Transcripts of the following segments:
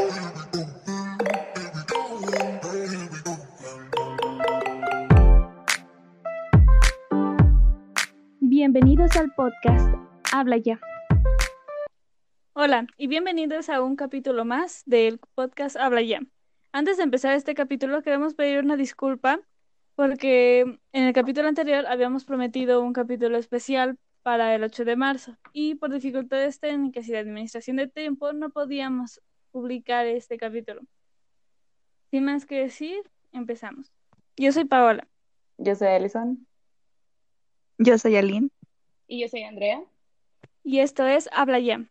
Bienvenidos al podcast Habla Ya. Hola y bienvenidos a un capítulo más del podcast Habla Ya. Antes de empezar este capítulo queremos pedir una disculpa porque en el capítulo anterior habíamos prometido un capítulo especial para el 8 de marzo y por dificultades técnicas y de administración de tiempo no podíamos publicar este capítulo. Sin más que decir, empezamos. Yo soy Paola. Yo soy Alison. Yo soy Aline. Y yo soy Andrea. Y esto es Habla Ya.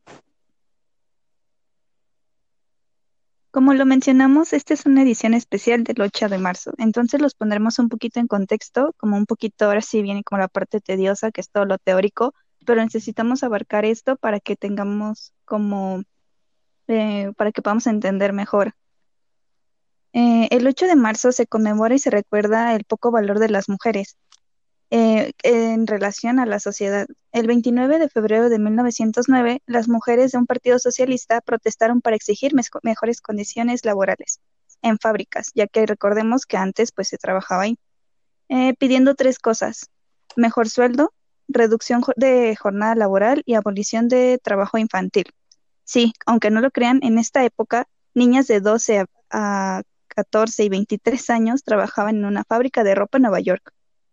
Como lo mencionamos, esta es una edición especial del 8 de marzo, entonces los pondremos un poquito en contexto, como un poquito ahora sí viene como la parte tediosa, que es todo lo teórico, pero necesitamos abarcar esto para que tengamos como, para que podamos entender mejor. El 8 de marzo se conmemora y se recuerda el poco valor de las mujeres en relación a la sociedad. El 29 de febrero de 1909, las mujeres de un partido socialista protestaron para exigir mejores condiciones laborales en fábricas, ya que recordemos que antes pues se trabajaba ahí, pidiendo tres cosas: mejor sueldo, reducción de jornada laboral y abolición de trabajo infantil. Sí, aunque no lo crean, en esta época, niñas de 12 a 14 y 23 años trabajaban en una fábrica de ropa en Nueva York.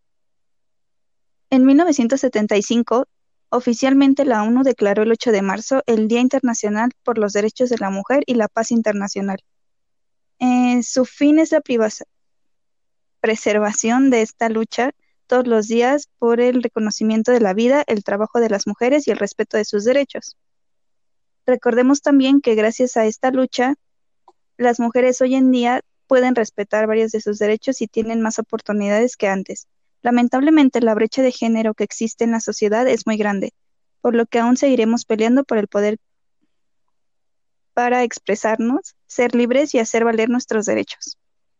En 1975, oficialmente la ONU declaró el 8 de marzo el Día Internacional por los Derechos de la Mujer y la Paz Internacional. Su fin es la preservación de esta lucha todos los días por el reconocimiento de la vida, el trabajo de las mujeres y el respeto de sus derechos. Recordemos también que gracias a esta lucha, las mujeres hoy en día pueden respetar varios de sus derechos y tienen más oportunidades que antes. Lamentablemente, la brecha de género que existe en la sociedad es muy grande, por lo que aún seguiremos peleando por el poder para expresarnos, ser libres y hacer valer nuestros derechos.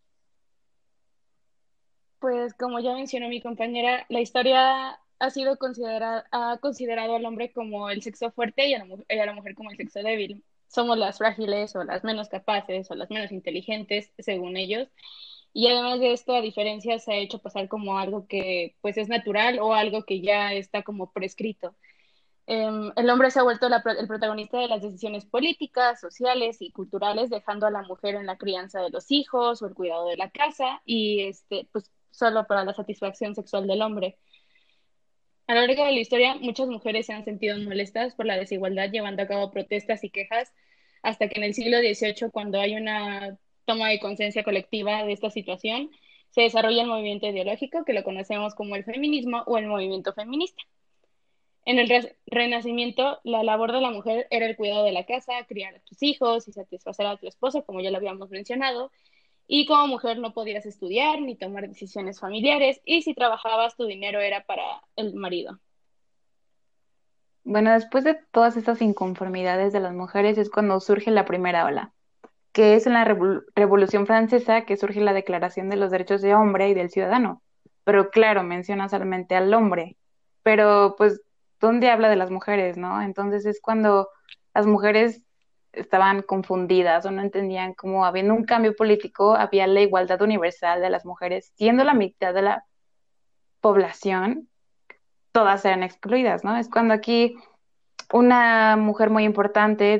Pues como ya mencionó mi compañera, la historia ha considerado al hombre como el sexo fuerte y a la mujer como el sexo débil. Somos las frágiles o las menos capaces o las menos inteligentes, según ellos. Y además de esto, a diferencia, se ha hecho pasar como algo que pues es natural o algo que ya está como prescrito. El hombre se ha vuelto el protagonista de las decisiones políticas, sociales y culturales, dejando a la mujer en la crianza de los hijos o el cuidado de la casa y pues solo para la satisfacción sexual del hombre. A lo largo de la historia, muchas mujeres se han sentido molestas por la desigualdad, llevando a cabo protestas y quejas, hasta que en el siglo XVIII, cuando hay una toma de conciencia colectiva de esta situación, se desarrolla el movimiento ideológico que lo conocemos como el feminismo o el movimiento feminista. En el Renacimiento, la labor de la mujer era el cuidado de la casa, criar a tus hijos y satisfacer a tu esposo, como ya lo habíamos mencionado. Y como mujer no podías estudiar ni tomar decisiones familiares, y si trabajabas, tu dinero era para el marido. Bueno, después de todas estas inconformidades de las mujeres es cuando surge la primera ola, que es en la Revolución Francesa que surge la Declaración de los Derechos del Hombre y del Ciudadano. Pero claro, menciona solamente al hombre, pero pues, ¿dónde habla de las mujeres, no? Entonces es cuando las mujeres estaban confundidas o no entendían cómo, habiendo un cambio político, había la igualdad universal de las mujeres, siendo la mitad de la población, todas eran excluidas, ¿no? Es cuando aquí una mujer muy importante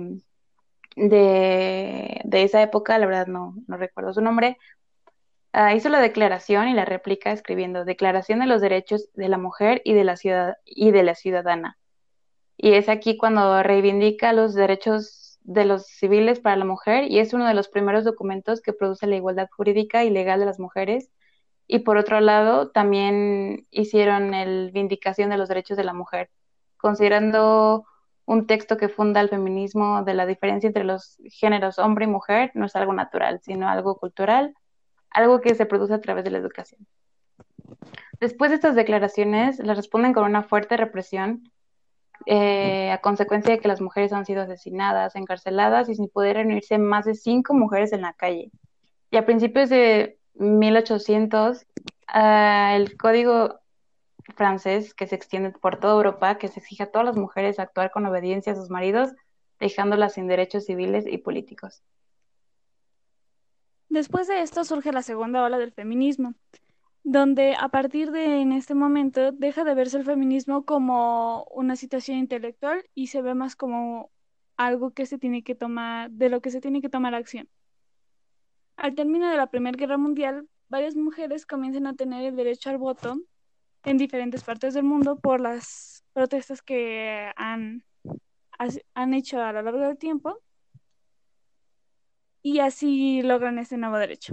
de esa época, la verdad no recuerdo su nombre, hizo la declaración y la réplica escribiendo Declaración de los Derechos de la Mujer y de la Ciudadana. Y es aquí cuando reivindica los derechos de los civiles para la mujer y es uno de los primeros documentos que produce la igualdad jurídica y legal de las mujeres. Y por otro lado, también hicieron el Vindicación de los Derechos de la Mujer, considerando un texto que funda el feminismo de la diferencia entre los géneros hombre y mujer, no es algo natural, sino algo cultural, algo que se produce a través de la educación. Después de estas declaraciones, les responden con una fuerte represión, a consecuencia de que las mujeres han sido asesinadas, encarceladas y sin poder reunirse más de 5 mujeres en la calle. Y a principios de 1800, el código francés, que se extiende por toda Europa, que se exige a todas las mujeres actuar con obediencia a sus maridos, dejándolas sin derechos civiles y políticos. Después de esto surge la segunda ola del feminismo, donde a partir de en este momento deja de verse el feminismo como una situación intelectual y se ve más como algo que se tiene que tomar, de lo que se tiene que tomar acción. Al término de la Primera Guerra Mundial, varias mujeres comienzan a tener el derecho al voto en diferentes partes del mundo por las protestas que han hecho a lo largo del tiempo y así logran ese nuevo derecho.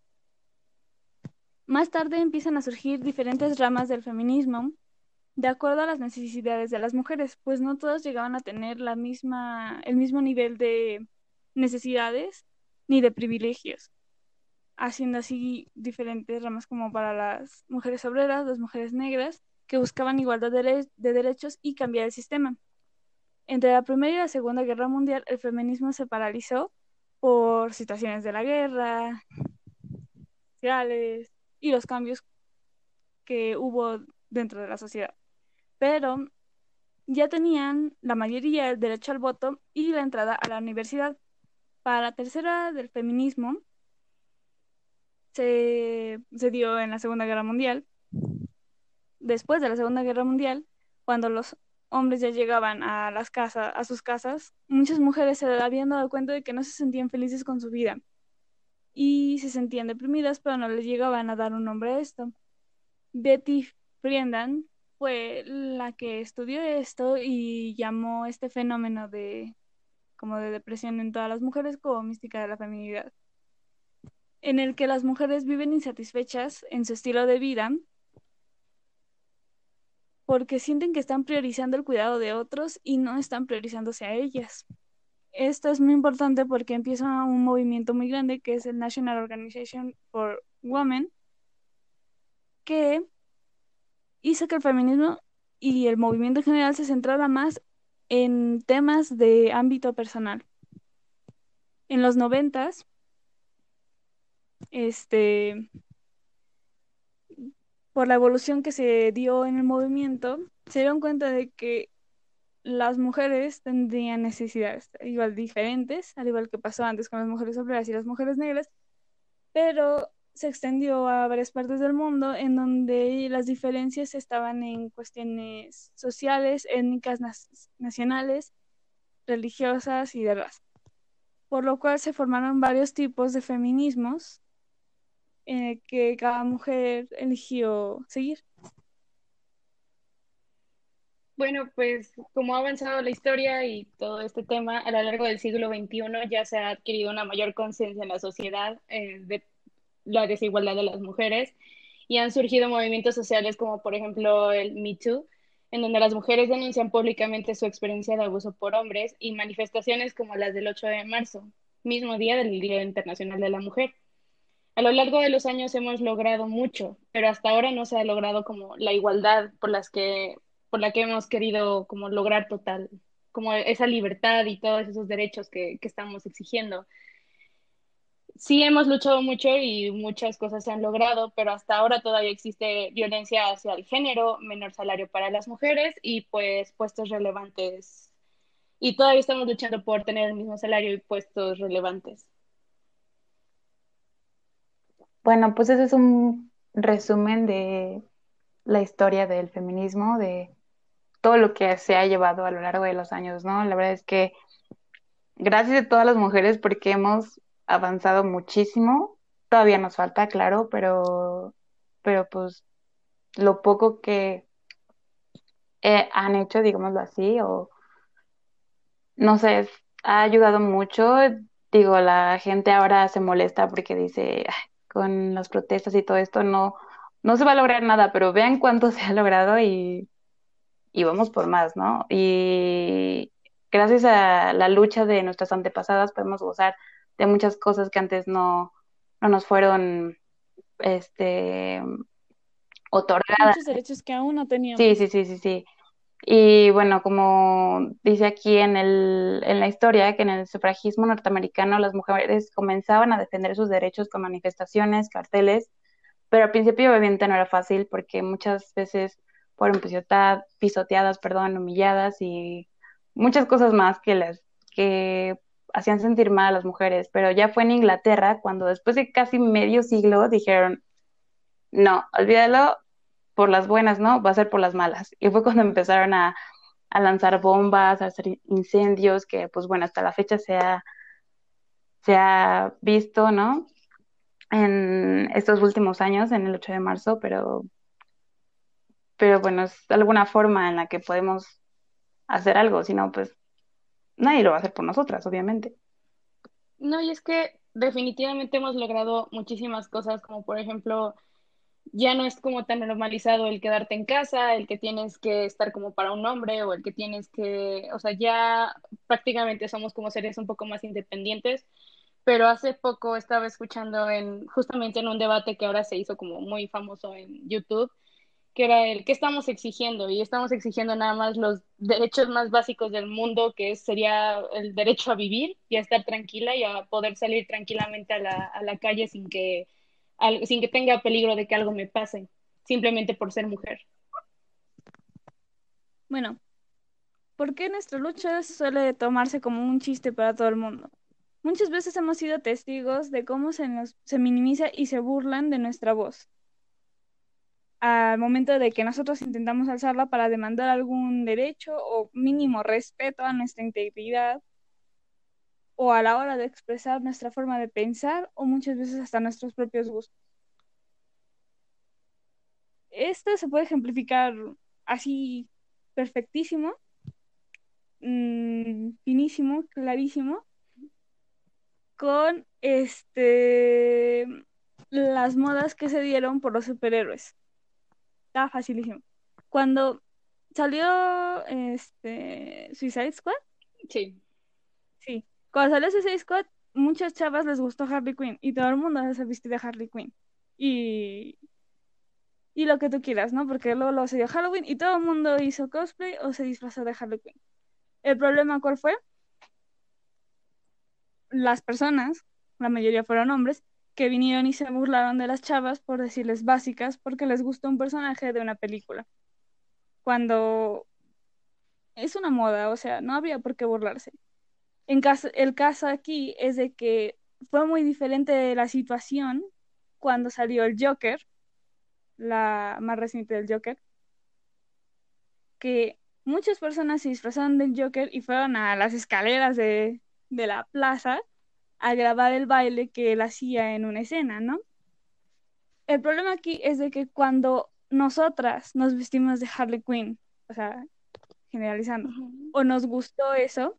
Más tarde empiezan a surgir diferentes ramas del feminismo de acuerdo a las necesidades de las mujeres, pues no todas llegaban a tener el mismo nivel de necesidades ni de privilegios, haciendo así diferentes ramas como para las mujeres obreras, las mujeres negras, que buscaban igualdad de derechos y cambiar el sistema. Entre la Primera y la Segunda Guerra Mundial, el feminismo se paralizó por situaciones de la guerra, sociales y los cambios que hubo dentro de la sociedad. Pero ya tenían la mayoría el derecho al voto y la entrada a la universidad. Para la tercera del feminismo se dio en la Segunda Guerra Mundial. Después de la Segunda Guerra Mundial, cuando los hombres ya llegaban a las casas, a sus casas, muchas mujeres se habían dado cuenta de que no se sentían felices con su vida y se sentían deprimidas, pero no les llegaban a dar un nombre a esto. Betty Friedan fue la que estudió esto y llamó este fenómeno como de depresión en todas las mujeres como mística de la feminidad, en el que las mujeres viven insatisfechas en su estilo de vida porque sienten que están priorizando el cuidado de otros y no están priorizándose a ellas. Esto es muy importante porque empieza un movimiento muy grande que es el National Organization for Women, que hizo que el feminismo y el movimiento en general se centrara más en temas de ámbito personal. En los 90s, por la evolución que se dio en el movimiento, se dieron cuenta de que las mujeres tendrían necesidades igual diferentes, al igual que pasó antes con las mujeres obreras y las mujeres negras, pero se extendió a varias partes del mundo en donde las diferencias estaban en cuestiones sociales, étnicas, nacionales, religiosas y de raza, por lo cual se formaron varios tipos de feminismos en el que cada mujer eligió seguir. Bueno, pues como ha avanzado la historia y todo este tema, a lo largo del siglo XXI ya se ha adquirido una mayor conciencia en la sociedad de la desigualdad de las mujeres y han surgido movimientos sociales como por ejemplo el Me Too, en donde las mujeres denuncian públicamente su experiencia de abuso por hombres y manifestaciones como las del 8 de marzo, mismo día del Día Internacional de la Mujer. A lo largo de los años hemos logrado mucho, pero hasta ahora no se ha logrado como la igualdad por la que hemos querido como lograr total, como esa libertad y todos esos derechos que estamos exigiendo. Sí hemos luchado mucho y muchas cosas se han logrado, pero hasta ahora todavía existe violencia hacia el género, menor salario para las mujeres y pues puestos relevantes. Y todavía estamos luchando por tener el mismo salario y puestos relevantes. Bueno, pues ese es un resumen de la historia del feminismo, de todo lo que se ha llevado a lo largo de los años, ¿no? La verdad es que gracias a todas las mujeres porque hemos avanzado muchísimo. Todavía nos falta, claro, pero pues lo poco que han hecho, digámoslo así, o no sé, ha ayudado mucho. Digo, la gente ahora se molesta porque dice, "Ay, con las protestas y todo esto no se va a lograr nada, pero vean cuánto se ha logrado y vamos por más, ¿no? Y gracias a la lucha de nuestras antepasadas podemos gozar de muchas cosas que antes no nos fueron, este, otorgadas. Muchos derechos que aún no Sí, teníamos. sí, sí, sí, sí. Y bueno, como dice aquí en la historia, que en el sufragismo norteamericano las mujeres comenzaban a defender sus derechos con manifestaciones, carteles, pero al principio obviamente no era fácil porque muchas veces fueron pisoteadas, perdón, humilladas y muchas cosas más que hacían sentir mal a las mujeres, pero ya fue en Inglaterra cuando después de casi medio siglo dijeron, no, olvídalo por las buenas, ¿no? Va a ser por las malas. Y fue cuando empezaron a lanzar bombas, a hacer incendios, que pues bueno, hasta la fecha se ha visto, ¿no? En estos últimos años, en el 8 de marzo, pero bueno, es alguna forma en la que podemos hacer algo, si no, pues nadie lo va a hacer por nosotras, obviamente. No, y es que definitivamente hemos logrado muchísimas cosas, como por ejemplo, ya no es como tan normalizado el quedarte en casa, el que tienes que estar como para un hombre o el que tienes que, o sea, ya prácticamente somos como seres un poco más independientes, pero hace poco estaba escuchando justamente en un debate que ahora se hizo como muy famoso en YouTube, que era el ¿qué estamos exigiendo? Y estamos exigiendo nada más los derechos más básicos del mundo, que sería el derecho a vivir y a estar tranquila y a poder salir tranquilamente a la calle sin que tenga peligro de que algo me pase, simplemente por ser mujer. Bueno, ¿por qué nuestra lucha suele tomarse como un chiste para todo el mundo? Muchas veces hemos sido testigos de cómo se minimiza y se burlan de nuestra voz al momento de que nosotros intentamos alzarla para demandar algún derecho o mínimo respeto a nuestra integridad o a la hora de expresar nuestra forma de pensar o muchas veces hasta nuestros propios gustos. Esto se puede ejemplificar así perfectísimo, finísimo, clarísimo, con las modas que se dieron por los superhéroes. Está facilísimo. Cuando salió Suicide Squad, Sí. sí. Cuando salió Suicide Squad, muchas chavas les gustó Harley Quinn y todo el mundo se vistió de Harley Quinn. Y lo que tú quieras, ¿no? Porque luego se dio Halloween y todo el mundo hizo cosplay o se disfrazó de Harley Quinn. El problema, ¿cuál fue? Las personas, la mayoría fueron hombres, que vinieron y se burlaron de las chavas por decirles básicas porque les gustó un personaje de una película. Cuando es una moda, o sea, no había por qué burlarse. El caso aquí es de que fue muy diferente de la situación cuando salió el Joker, la más reciente del Joker, que muchas personas se disfrazaron del Joker y fueron a las escaleras de la plaza a grabar el baile que él hacía en una escena, ¿no? El problema aquí es de que cuando nosotras nos vestimos de Harley Quinn, o sea, generalizando, Uh-huh. o nos gustó eso,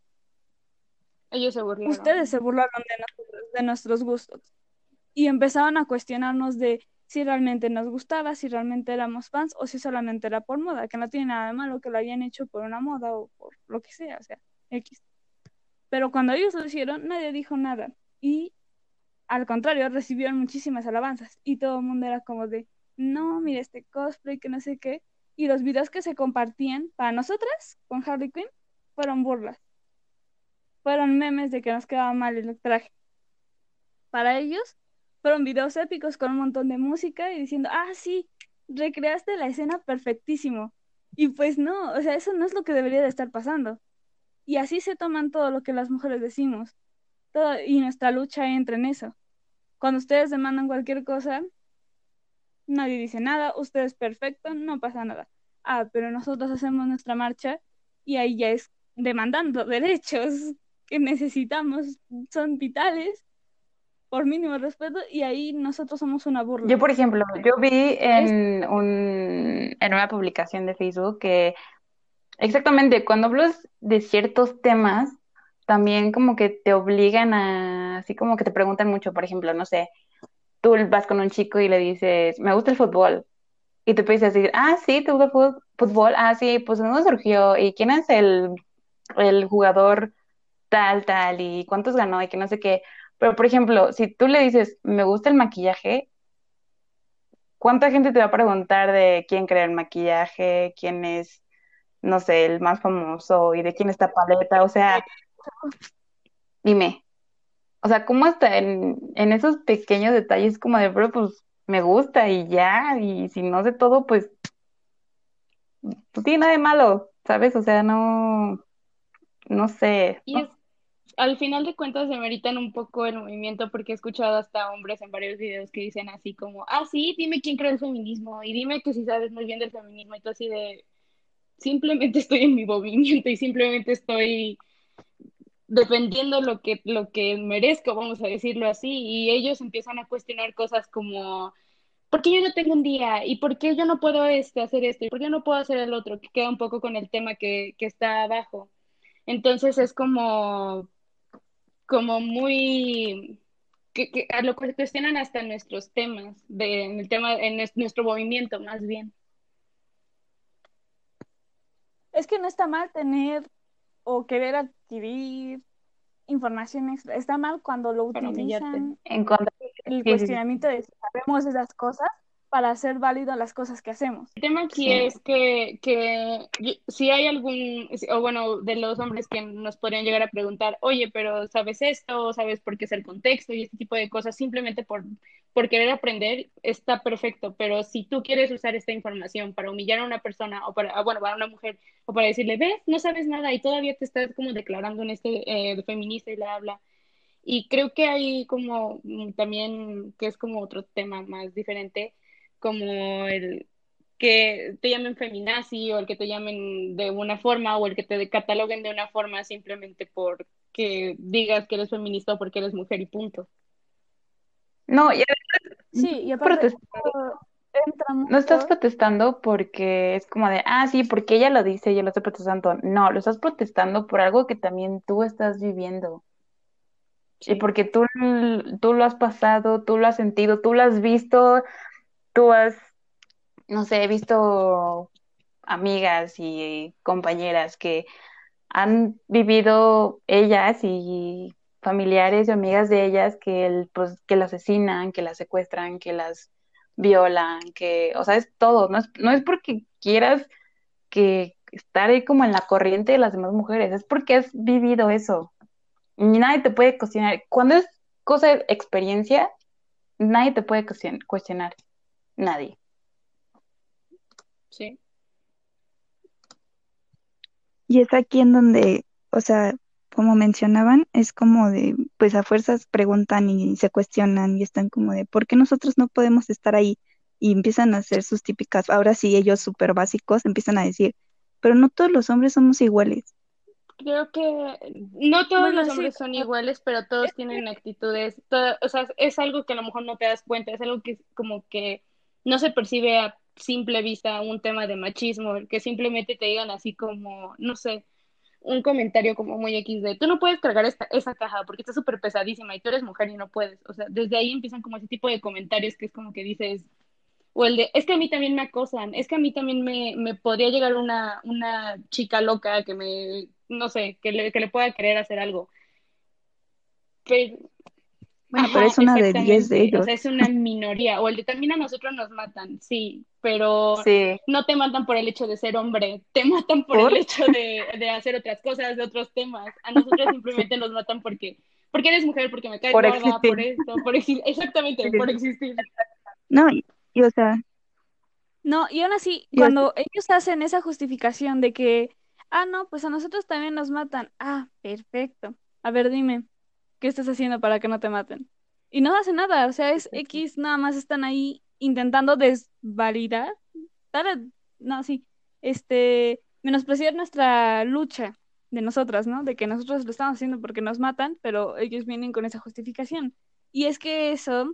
Ellos se ustedes burlaron. se burlaron de nosotros, de nuestros gustos, y empezaban a cuestionarnos de si realmente nos gustaba, si realmente éramos fans o si solamente era por moda, que no tiene nada de malo que lo hayan hecho por una moda o por lo que sea, o sea, X. Pero cuando ellos lo hicieron, nadie dijo nada. Y al contrario, recibieron muchísimas alabanzas. Y todo el mundo era como de, no, mira este cosplay, que no sé qué. Y los videos que se compartían para nosotras con Harley Quinn fueron burlas. Fueron memes de que nos quedaba mal el traje. Para ellos, fueron videos épicos con un montón de música y diciendo, ah, sí, recreaste la escena perfectísimo. Y pues no, o sea, eso no es lo que debería de estar pasando. Y así se toman todo lo que las mujeres decimos. Todo, y nuestra lucha entra en eso. Cuando ustedes demandan cualquier cosa, nadie dice nada, ustedes perfecto, no pasa nada. Ah, pero nosotros hacemos nuestra marcha y ahí ya es demandando derechos que necesitamos, son vitales, por mínimo respeto, y ahí nosotros somos una Yo, burla. por ejemplo, yo vi Es, en una publicación de Facebook que exactamente cuando hablas de ciertos temas, también como que te obligan así como que te preguntan mucho, por ejemplo, no sé, tú vas con un chico y le dices, me gusta el fútbol, y te empiezas a decir, ah, sí, te gusta el fútbol, ah, sí, pues ¿de dónde surgió? ¿Y quién es el jugador tal, tal, y cuántos ganó y que no sé qué? Pero, por ejemplo, si tú le dices, me gusta el maquillaje, ¿cuánta gente te va a preguntar de quién crea el maquillaje, quién es, no sé, el más famoso y de quién está paleta? O sea, dime, o sea, ¿cómo hasta en esos pequeños detalles como de, bro, pues me gusta y ya, y si no sé todo, pues no tiene nada de malo, ¿sabes? O sea, no, no sé, Y es, no. al final de cuentas demeritan un poco el movimiento porque he escuchado hasta hombres en varios videos que dicen así como, ah, sí, dime quién cree el feminismo y dime que si sabes muy bien del feminismo y tú así de, simplemente estoy en mi movimiento y simplemente estoy defendiendo lo que merezco, vamos a decirlo así, y ellos empiezan a cuestionar cosas como, ¿por qué yo no tengo un día? ¿Y por qué yo no puedo hacer esto? ¿Y por qué yo no puedo hacer el otro? Que queda un poco con el tema que está abajo. Entonces es como muy que a lo que cuestionan hasta nuestros temas, en el tema, nuestro movimiento más bien. Es que no está mal tener o querer adquirir información extra. Está mal cuando lo Para humillarte. utilizan En contra. el Sí, sí, sí. cuestionamiento de si sabemos esas cosas para hacer válido las cosas que hacemos. El tema aquí Sí. es que si hay o bueno, de los hombres que nos podrían llegar a preguntar, oye, pero ¿sabes esto? ¿Sabes por qué es el contexto? Y este tipo de cosas, simplemente por querer aprender, está perfecto, pero si tú quieres usar esta información para humillar a una persona o bueno, para una mujer, o para decirle, ves, no sabes nada y todavía te estás como declarando en de feminista y la habla. Y creo que hay como también, que es como otro tema más diferente, como el que te llamen feminazi o el que te llamen de una forma o el que te cataloguen de una forma simplemente porque digas que eres feminista o porque eres mujer y punto. No, y Sí, y aparte protestando. entra No estás mucho. protestando porque es como de, ah, sí, porque ella lo dice, yo lo estoy protestando. No, lo estás protestando por algo que también tú estás viviendo. Y Sí. porque tú lo has pasado, tú lo has sentido, tú lo has visto, tú has, no sé, he visto amigas y compañeras que han vivido ellas y familiares y amigas de ellas que, pues, que las asesinan, que las secuestran, que las violan, que, o sea, es todo, no es porque quieras que estar ahí como en la corriente de las demás mujeres, es porque has vivido eso. Y nadie te puede cuestionar. Cuando es cosa de experiencia, nadie te puede cuestionar. Nadie. Sí. Y es aquí en donde, o sea, como mencionaban, es como de, pues a fuerzas preguntan y se cuestionan y están como de, ¿por qué nosotros no podemos estar ahí? Y empiezan a hacer sus típicas, ahora sí ellos súper básicos, empiezan a decir, pero no todos los hombres somos iguales. Creo que no todos los Bueno, sí, hombres son iguales, pero todos tienen actitudes, o sea, es algo que a lo mejor no te das cuenta, es algo que como que no se percibe a simple vista un tema de machismo, que simplemente te digan así como, no sé, un comentario como muy X de, tú no puedes cargar esa caja porque está súper pesadísima y tú eres mujer y no puedes, o sea, desde ahí empiezan como ese tipo de comentarios que es como que dices, o el de, es que a mí también me acosan, es que a mí también me podría llegar una chica loca que no sé, que le pueda querer hacer algo. Pero, Bueno, pero ajá, es una de 10 de exactamente, o ellos. sea, es una minoría. O el de también a nosotros nos matan, sí, pero Sí, no te matan por el hecho de ser hombre, te matan por ¿Por? el hecho de hacer otras cosas, de otros temas. A nosotros Sí, simplemente nos matan porque eres mujer, porque me caes por gorda, existir. por esto, Sí, exactamente, sí, por sí. existir. no, o sea, no, y aún así, y, o sea, cuando ellos hacen esa justificación de que, ah, no, pues a nosotros también nos matan. Ah, perfecto. A ver, dime, ¿qué estás haciendo para que no te maten? Y no hacen nada, o sea, es X, nada más están ahí intentando desvalidar, no, sí, menospreciar nuestra lucha de nosotras, ¿no? De que nosotros lo estamos haciendo porque nos matan, pero ellos vienen con esa justificación. Y es que eso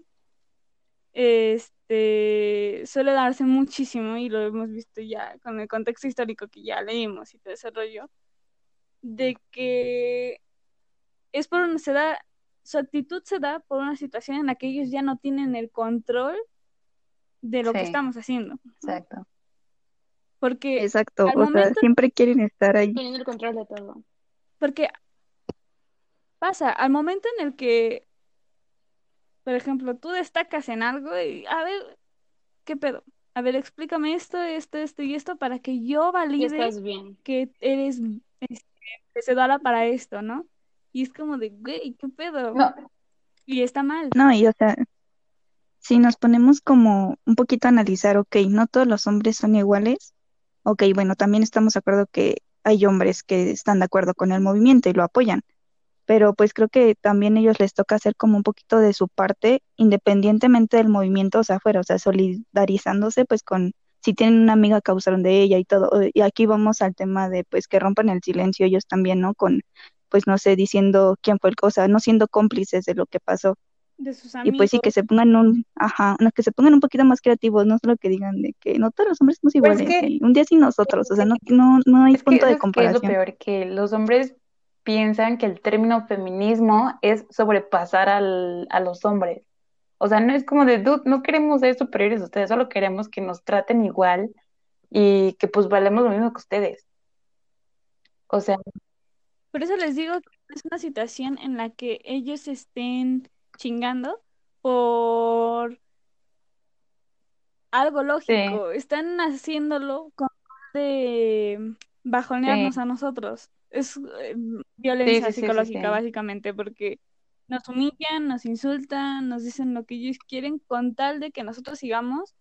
suele darse muchísimo y lo hemos visto ya con el contexto histórico que ya leímos y todo ese rollo, de que es su actitud se da por una situación en la que ellos ya no tienen el control de lo que Sí, estamos haciendo, exacto. porque exacto, al o sea, momento, siempre quieren estar ahí. Teniendo el control de todo. porque pasa, al momento en el que, por ejemplo, tú destacas en algo y, a ver, ¿qué pedo? A ver, explícame esto y esto para que yo Ya valide estás bien. que eres merecedora para esto, ¿no? Y es como de, güey, ¿qué pedo? No, Y está mal. No, y o sea, si nos ponemos como un poquito a analizar, ok, no todos los hombres son iguales, ok, bueno, también estamos de acuerdo que hay hombres que están de acuerdo con el movimiento y lo apoyan, pero pues creo que también a ellos les toca hacer como un poquito de su parte, independientemente del movimiento, o sea, afuera, o sea, solidarizándose pues con, si tienen una amiga que abusaron de ella y todo, y aquí vamos al tema de pues que rompan el silencio ellos también, ¿no? Con, pues no sé, diciendo quién fue o sea, no siendo cómplices de lo que pasó. de sus Y pues sí, que amigos. se pongan no, que se pongan un poquito más creativos, no solo que digan de que no todos los hombres somos Pero es iguales, que, un día sin nosotros, o sea, no hay es que, punto de ¿sabes qué es lo comparación. peor? Que los hombres piensan que el término feminismo es sobrepasar a los hombres. O sea, no es como de, dude, no queremos ser superiores a ustedes, solo queremos que nos traten igual y que pues valemos lo mismo que ustedes. O sea, Por eso les digo que es una situación en la que ellos se estén chingando por algo sí, lógico. Están haciéndolo con de sí, bajonearnos a nosotros. Es sí, violencia sí, sí, sí, psicológica, sí. básicamente, porque nos humillan, nos insultan, nos dicen lo que ellos quieren con tal de que nosotros sigamos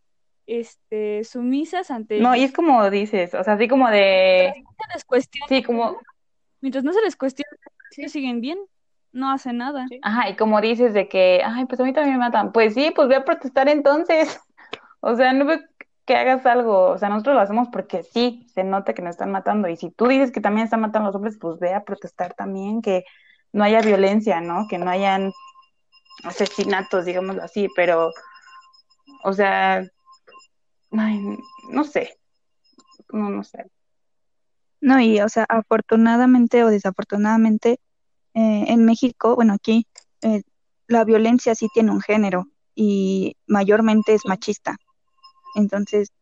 sumisas ante No, y es ellos. como dices, o sea, así como de, Mientras no se les cuestione, sí, como, mientras no se les cuestione, ellos sí, siguen bien, no hacen nada. sí. Ajá, y como dices de que, ay, pues a mí también me matan. Pues sí, pues ve a protestar entonces. O sea, no veo que hagas algo. O sea, nosotros lo hacemos porque sí, se nota que nos están matando. Y si tú dices que también están matando a los hombres, pues ve a protestar también, que no haya violencia, ¿no? Que no hayan asesinatos, digámoslo así. Pero, o sea, ay, no sé, no sé. No, y o sea, afortunadamente o desafortunadamente, en México, bueno, aquí, eh, la violencia sí tiene un género y mayormente es machista. Entonces,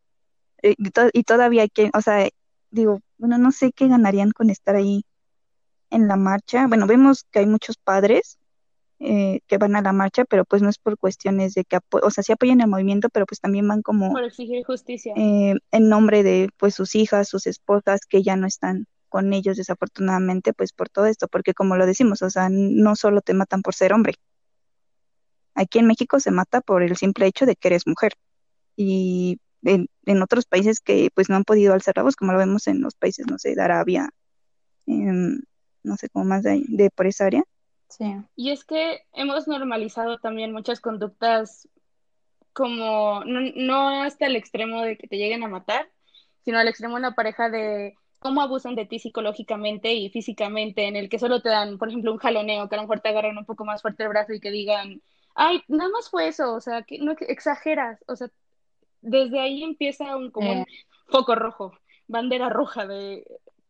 y todavía hay que, o sea, digo, bueno, no sé qué ganarían con estar ahí en la marcha. Bueno, vemos que hay muchos padres que van a la marcha, pero pues no es por cuestiones de que, o sea, sí apoyan el movimiento, pero pues también van como por exigir justicia. en nombre de pues sus hijas, sus esposas que ya no están con ellos desafortunadamente, pues por todo esto, porque como lo decimos, o sea, no solo te matan por ser hombre, aquí en México se mata por el simple hecho de que eres mujer y en otros países que pues no han podido alzar la voz, como lo vemos en los países, no sé, de Arabia, em, no sé, como más de por esa área. Sí. Y es que hemos normalizado también muchas conductas como, no hasta el extremo de que te lleguen a matar, sino al extremo de la pareja de cómo abusan de ti psicológicamente y físicamente, en el que solo te dan, por ejemplo, un jaloneo, que a lo mejor te agarran un poco más fuerte el brazo y que digan, ay, nada más fue eso, o sea, que no que exageras, o sea, desde ahí empieza como un foco rojo, bandera roja de...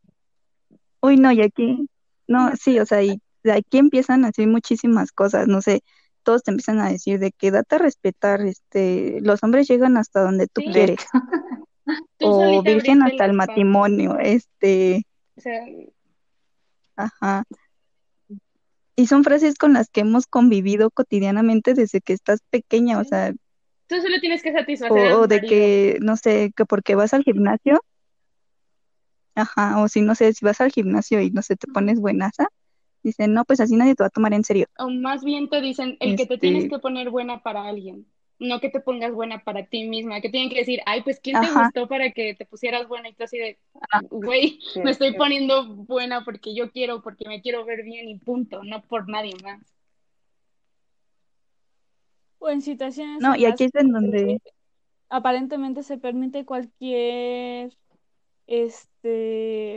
Uy, no, y aquí, no, sí, o sea, y de aquí empiezan así muchísimas cosas, no sé, todos te empiezan a decir de que date a respetar, los hombres llegan hasta donde tú Sí, De quieres, hecho, tú o solita virgen abriste hasta el las patas, matrimonio, o sea, ajá. Y son frases con las que hemos convivido cotidianamente desde que estás pequeña, o sí. sea, Tú solo tienes que o, satisfacer al o de marido. que, no sé, que porque vas al gimnasio, ajá, o si no sé, si vas al gimnasio y no sé, te pones buenaza, dicen, no, pues así nadie te va a tomar en serio. O más bien te dicen el que te tienes Este, que poner buena para alguien, no que te pongas buena para ti misma, que tienen que decir, ay, pues ¿quién te ajá, gustó para que te pusieras buena? Y tú así de, ah, güey, sí, me estoy poniendo buena porque yo quiero, porque me quiero ver bien y punto, no por nadie más. O en situaciones no, en y aquí las es en donde, que aparentemente se permite cualquier, este,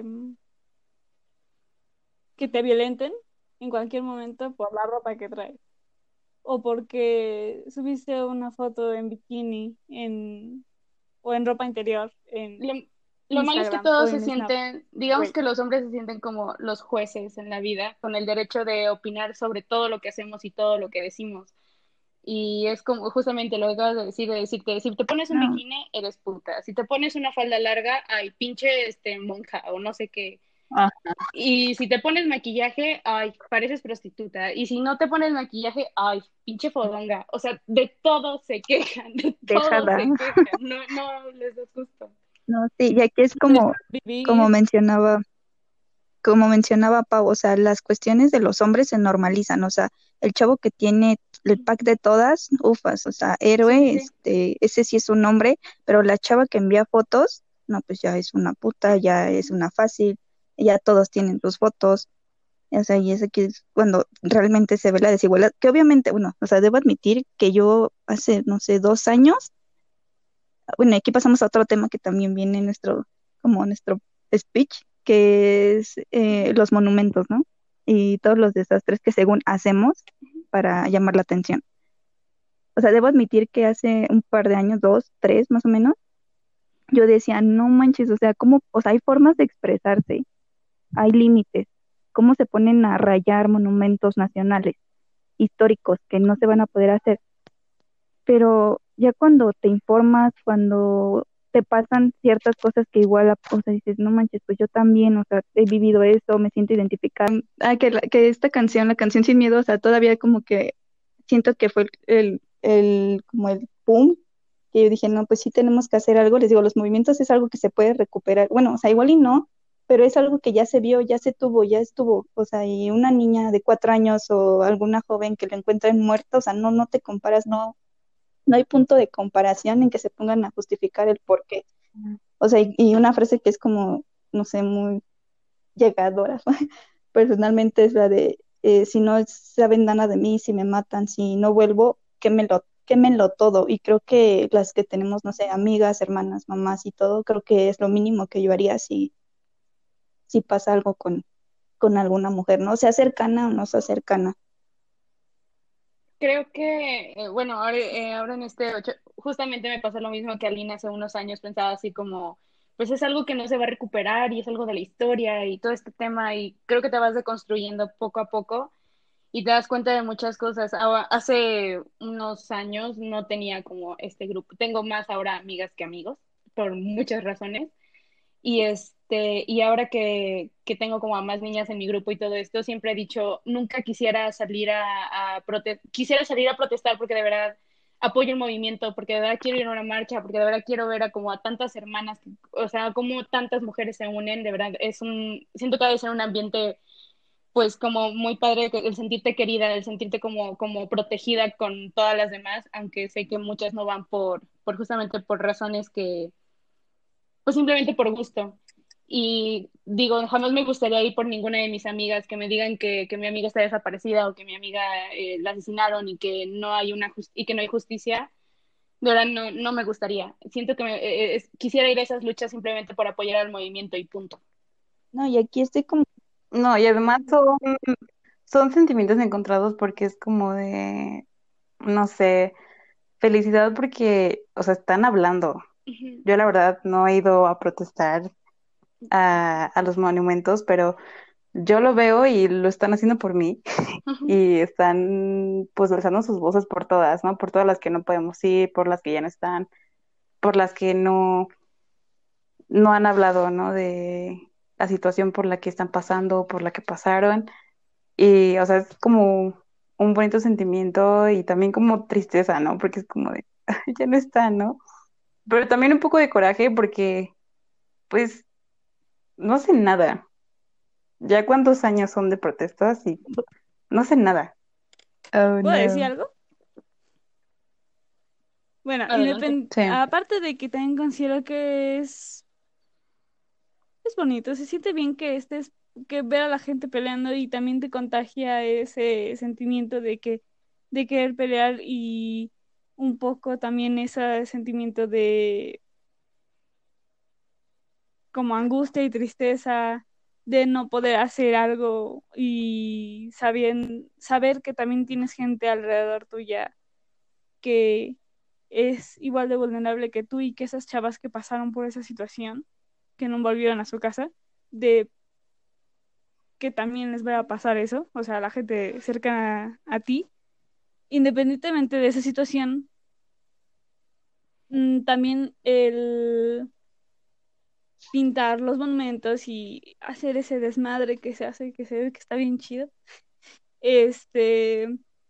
que te violenten en cualquier momento por la ropa que traes. O porque subiste una foto en bikini o en ropa interior en Lo, lo malo es que Instagram o todos se en Snap. sienten, digamos Güey. que los hombres se sienten como los jueces en la vida, con el derecho de opinar sobre todo lo que hacemos y todo lo que decimos. Y es como justamente lo que acabas de decirte, si te pones un no, bikini, eres puta. Si te pones una falda larga, ay, pinche monja o no sé qué. ah, Y si te pones maquillaje, ay, pareces prostituta. Y si no te pones maquillaje, ay, pinche fodonga. O sea, de todo se quejan, de todo dejada, se quejan. No, no les das gusto. no, sí, y aquí es Dejar como vivir. mencionaba. Como mencionaba Pau, o sea, las cuestiones de los hombres se normalizan, o sea, el chavo que tiene el pack de todas, ufas, o sea, Sí, sí, héroe, sí. ese sí es un hombre, pero la chava que envía fotos, no, pues ya es una puta, ya es una fácil, ya todos tienen tus fotos, O sea, y es aquí es cuando realmente se ve la desigualdad, que obviamente, bueno, o sea, debo admitir que yo hace, no sé, 2 años, bueno, aquí pasamos a otro tema que también viene en como nuestro speech, que es los monumentos, ¿no? Y todos los desastres que según hacemos para llamar la atención. O sea, debo admitir que hace un par de años, 2, 3 más o menos, yo decía, no manches, o sea, ¿cómo? O sea, hay formas de expresarse, hay límites, cómo se ponen a rayar monumentos nacionales, históricos, que no se van a poder hacer. Pero ya cuando te informas, cuando te pasan ciertas cosas que igual, o sea, dices, no manches, pues yo también, o sea, he vivido eso, me siento identificada. Que esta canción, la canción Sin Miedo, o sea, todavía como que siento que fue como el boom, que yo dije, no, pues sí tenemos que hacer algo. Les digo, los movimientos es algo que se puede recuperar. Bueno, o sea, igual y no, pero es algo que ya se vio, ya se tuvo, ya estuvo. O sea, y una niña de 4 años o alguna joven que lo encuentren muerta, o sea, no te comparas, no hay punto de comparación en que se pongan a justificar el por qué. O sea, y una frase que es como, no sé, muy llegadora, personalmente es la de, si no saben nada de mí, si me matan, si no vuelvo, quémenlo todo. Y creo que las que tenemos, no sé, amigas, hermanas, mamás y todo, creo que es lo mínimo que yo haría si pasa algo con alguna mujer, ¿no? Sea cercana o no sea cercana. Creo que, bueno, ahora en este justamente me pasó lo mismo que a Lina hace unos años, pensaba así como, pues es algo que no se va a recuperar y es algo de la historia y todo este tema y creo que te vas deconstruyendo poco a poco y te das cuenta de muchas cosas. Hace unos años no tenía como este grupo, tengo más ahora amigas que amigos por muchas razones. Y ahora que tengo como a más niñas en mi grupo y todo esto, siempre he dicho, nunca quisiera salir quisiera salir a protestar porque de verdad apoyo el movimiento, porque de verdad quiero ir a una marcha, porque de verdad quiero ver a como a tantas hermanas, o sea, como tantas mujeres se unen, de verdad, siento que debe ser un ambiente pues como muy padre el sentirte querida, el sentirte como protegida con todas las demás, aunque sé que muchas no van por justamente por razones que pues simplemente por gusto. Y digo, jamás me gustaría ir por ninguna de mis amigas que me digan que mi amiga está desaparecida o que mi amiga la asesinaron y que no hay y que no hay justicia. De verdad, no me gustaría. Siento que quisiera ir a esas luchas simplemente por apoyar al movimiento y punto. No, y aquí estoy como, No, y además son sentimientos encontrados porque es como de, no sé, felicidad porque, o sea, están hablando. Ujú, Yo la verdad no he ido a protestar a los monumentos, pero yo lo veo y lo están haciendo por mí ujú. y están pues alzando sus voces por todas, ¿no? Por todas las que no podemos ir, por las que ya no están, por las que no han hablado, ¿no? De la situación por la que están pasando, por la que pasaron. Y, o sea, es como un bonito sentimiento y también como tristeza, ¿no? Porque es como de, ya no está, ¿no? Pero también un poco de coraje porque, pues, no hacen nada. ¿Ya cuántos años son de protestas y no hacen nada? Oh, ¿Puedo decir no. algo? Bueno, Adelante. Sí. aparte de que también considero que es bonito, se siente bien que ver a la gente peleando y también te contagia ese sentimiento de querer pelear y un poco también ese sentimiento de como angustia y tristeza de no poder hacer algo y saber que también tienes gente alrededor tuya que es igual de vulnerable que tú y que esas chavas que pasaron por esa situación, que no volvieron a su casa, de que también les va a pasar eso, o sea, la gente cercana a ti, independientemente de esa situación, también el pintar los monumentos y hacer ese desmadre que se hace, que se ve que está bien chido. Este,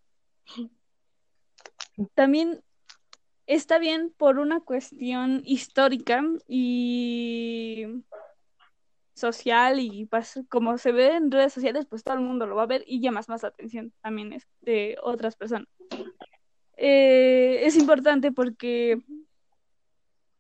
también está bien por una cuestión histórica y social y como se ve en redes sociales, pues todo el mundo lo va a ver y llamas más la atención también es de otras personas. Es importante porque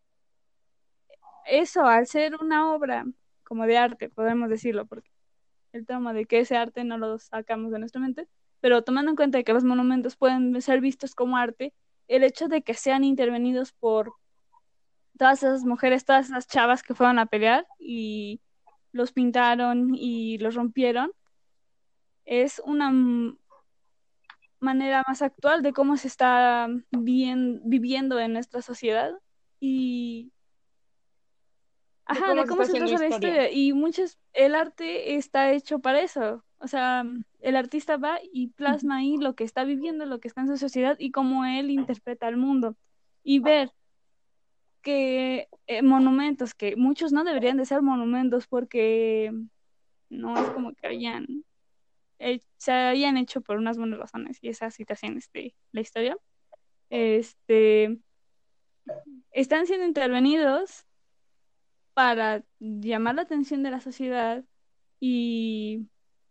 eso, al ser una obra como de arte, podemos decirlo, porque el trauma de que ese arte no lo sacamos de nuestra mente, pero tomando en cuenta que los monumentos pueden ser vistos como arte, el hecho de que sean intervenidos por todas esas mujeres, todas esas chavas que fueron a pelear y los pintaron y los rompieron, es una manera más actual de cómo se está viviendo en nuestra sociedad y De ajá, cómo de se cómo está se haciendo traza la historia. historia y el arte está hecho para eso. O sea, el artista va y plasma ahí lo que está viviendo, lo que está en su sociedad y cómo él interpreta el mundo. Y ver que monumentos, que muchos no deberían de ser monumentos porque no es como que se hayan hecho por unas buenas razones y esas situaciones de la historia, este, están siendo intervenidos para llamar la atención de la sociedad y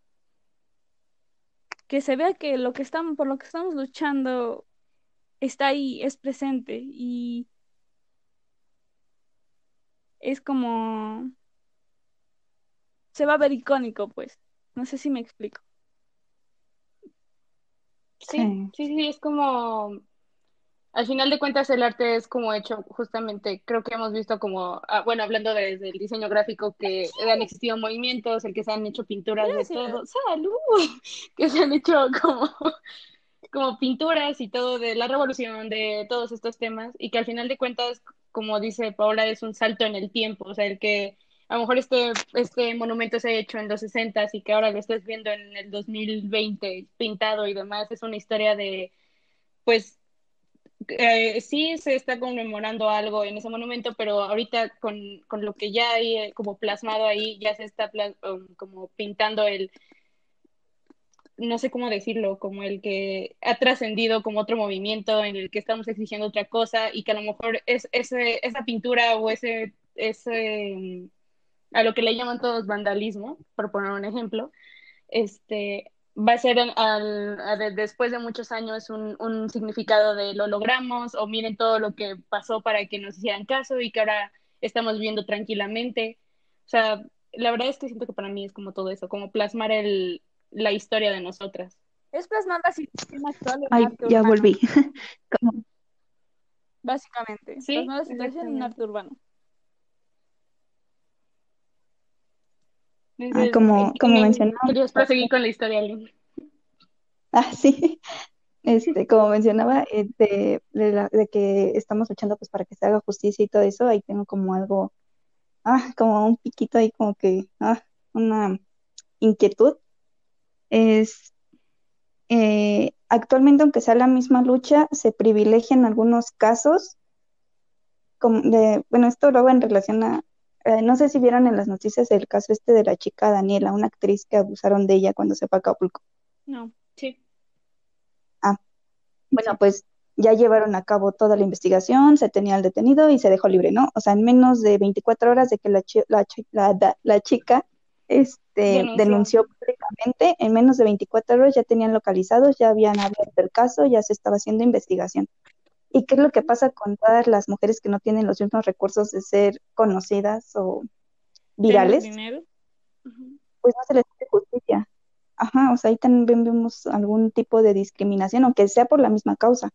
que se vea que por lo que estamos luchando está ahí, es presente y es como se va a ver icónico, pues. No sé si me explico. Sí, Sí. sí, sí, es como, al final de cuentas el arte es como hecho justamente, creo que hemos visto como, bueno, hablando desde el diseño gráfico, que han existido movimientos, el que se han hecho pinturas de Gracias. todo, ¡salud! Que se han hecho como pinturas y todo de la revolución, de todos estos temas, y que al final de cuentas, como dice Paola, es un salto en el tiempo, o sea, el que a lo mejor este monumento se ha hecho en los 60 y que ahora lo estés viendo en el 2020 pintado y demás, es una historia de, pues, sí se está conmemorando algo en ese monumento, pero ahorita con lo que ya hay como plasmado ahí, ya se está como pintando no sé cómo decirlo, como el que ha trascendido como otro movimiento en el que estamos exigiendo otra cosa y que a lo mejor esa pintura o a lo que le llaman todos vandalismo, por poner un ejemplo, va a ser después de muchos años un significado de lo logramos o miren todo lo que pasó para que nos hicieran caso y que ahora estamos viviendo tranquilamente. O sea, la verdad es que siento que para mí es como todo eso, como plasmar la historia de nosotras. Es plasmar la situación actual en Ay, arte ya urbano, volví. Como, básicamente. Sí, Plasmar la situación en arte exactamente. urbano. Entonces, como mencionaba, querías proseguir con la historia, Lynn. sí, como mencionaba, de que estamos luchando pues para que se haga justicia y todo eso, ahí tengo como algo, como un piquito ahí, como que, una inquietud. Es, actualmente, aunque sea la misma lucha, se privilegia en algunos casos, bueno, esto luego en relación a, no sé si vieron en las noticias el caso de la chica Daniela, una actriz que abusaron de ella cuando se fue a Acapulco. No. Sí, Ah, bueno, sí. pues ya llevaron a cabo toda la investigación, se tenía al detenido y se dejó libre, ¿no? O sea, en menos de 24 horas de que la chica Denunció. denunció públicamente, en menos de 24 horas ya tenían localizados, ya habían abierto el caso, ya se estaba haciendo investigación. ¿Y qué es lo que pasa con todas las mujeres que no tienen los mismos recursos de ser conocidas o Tener virales? dinero. Ujú. Pues no se les hace justicia. Ajá, o sea, ahí también vemos algún tipo de discriminación, aunque sea por la misma causa.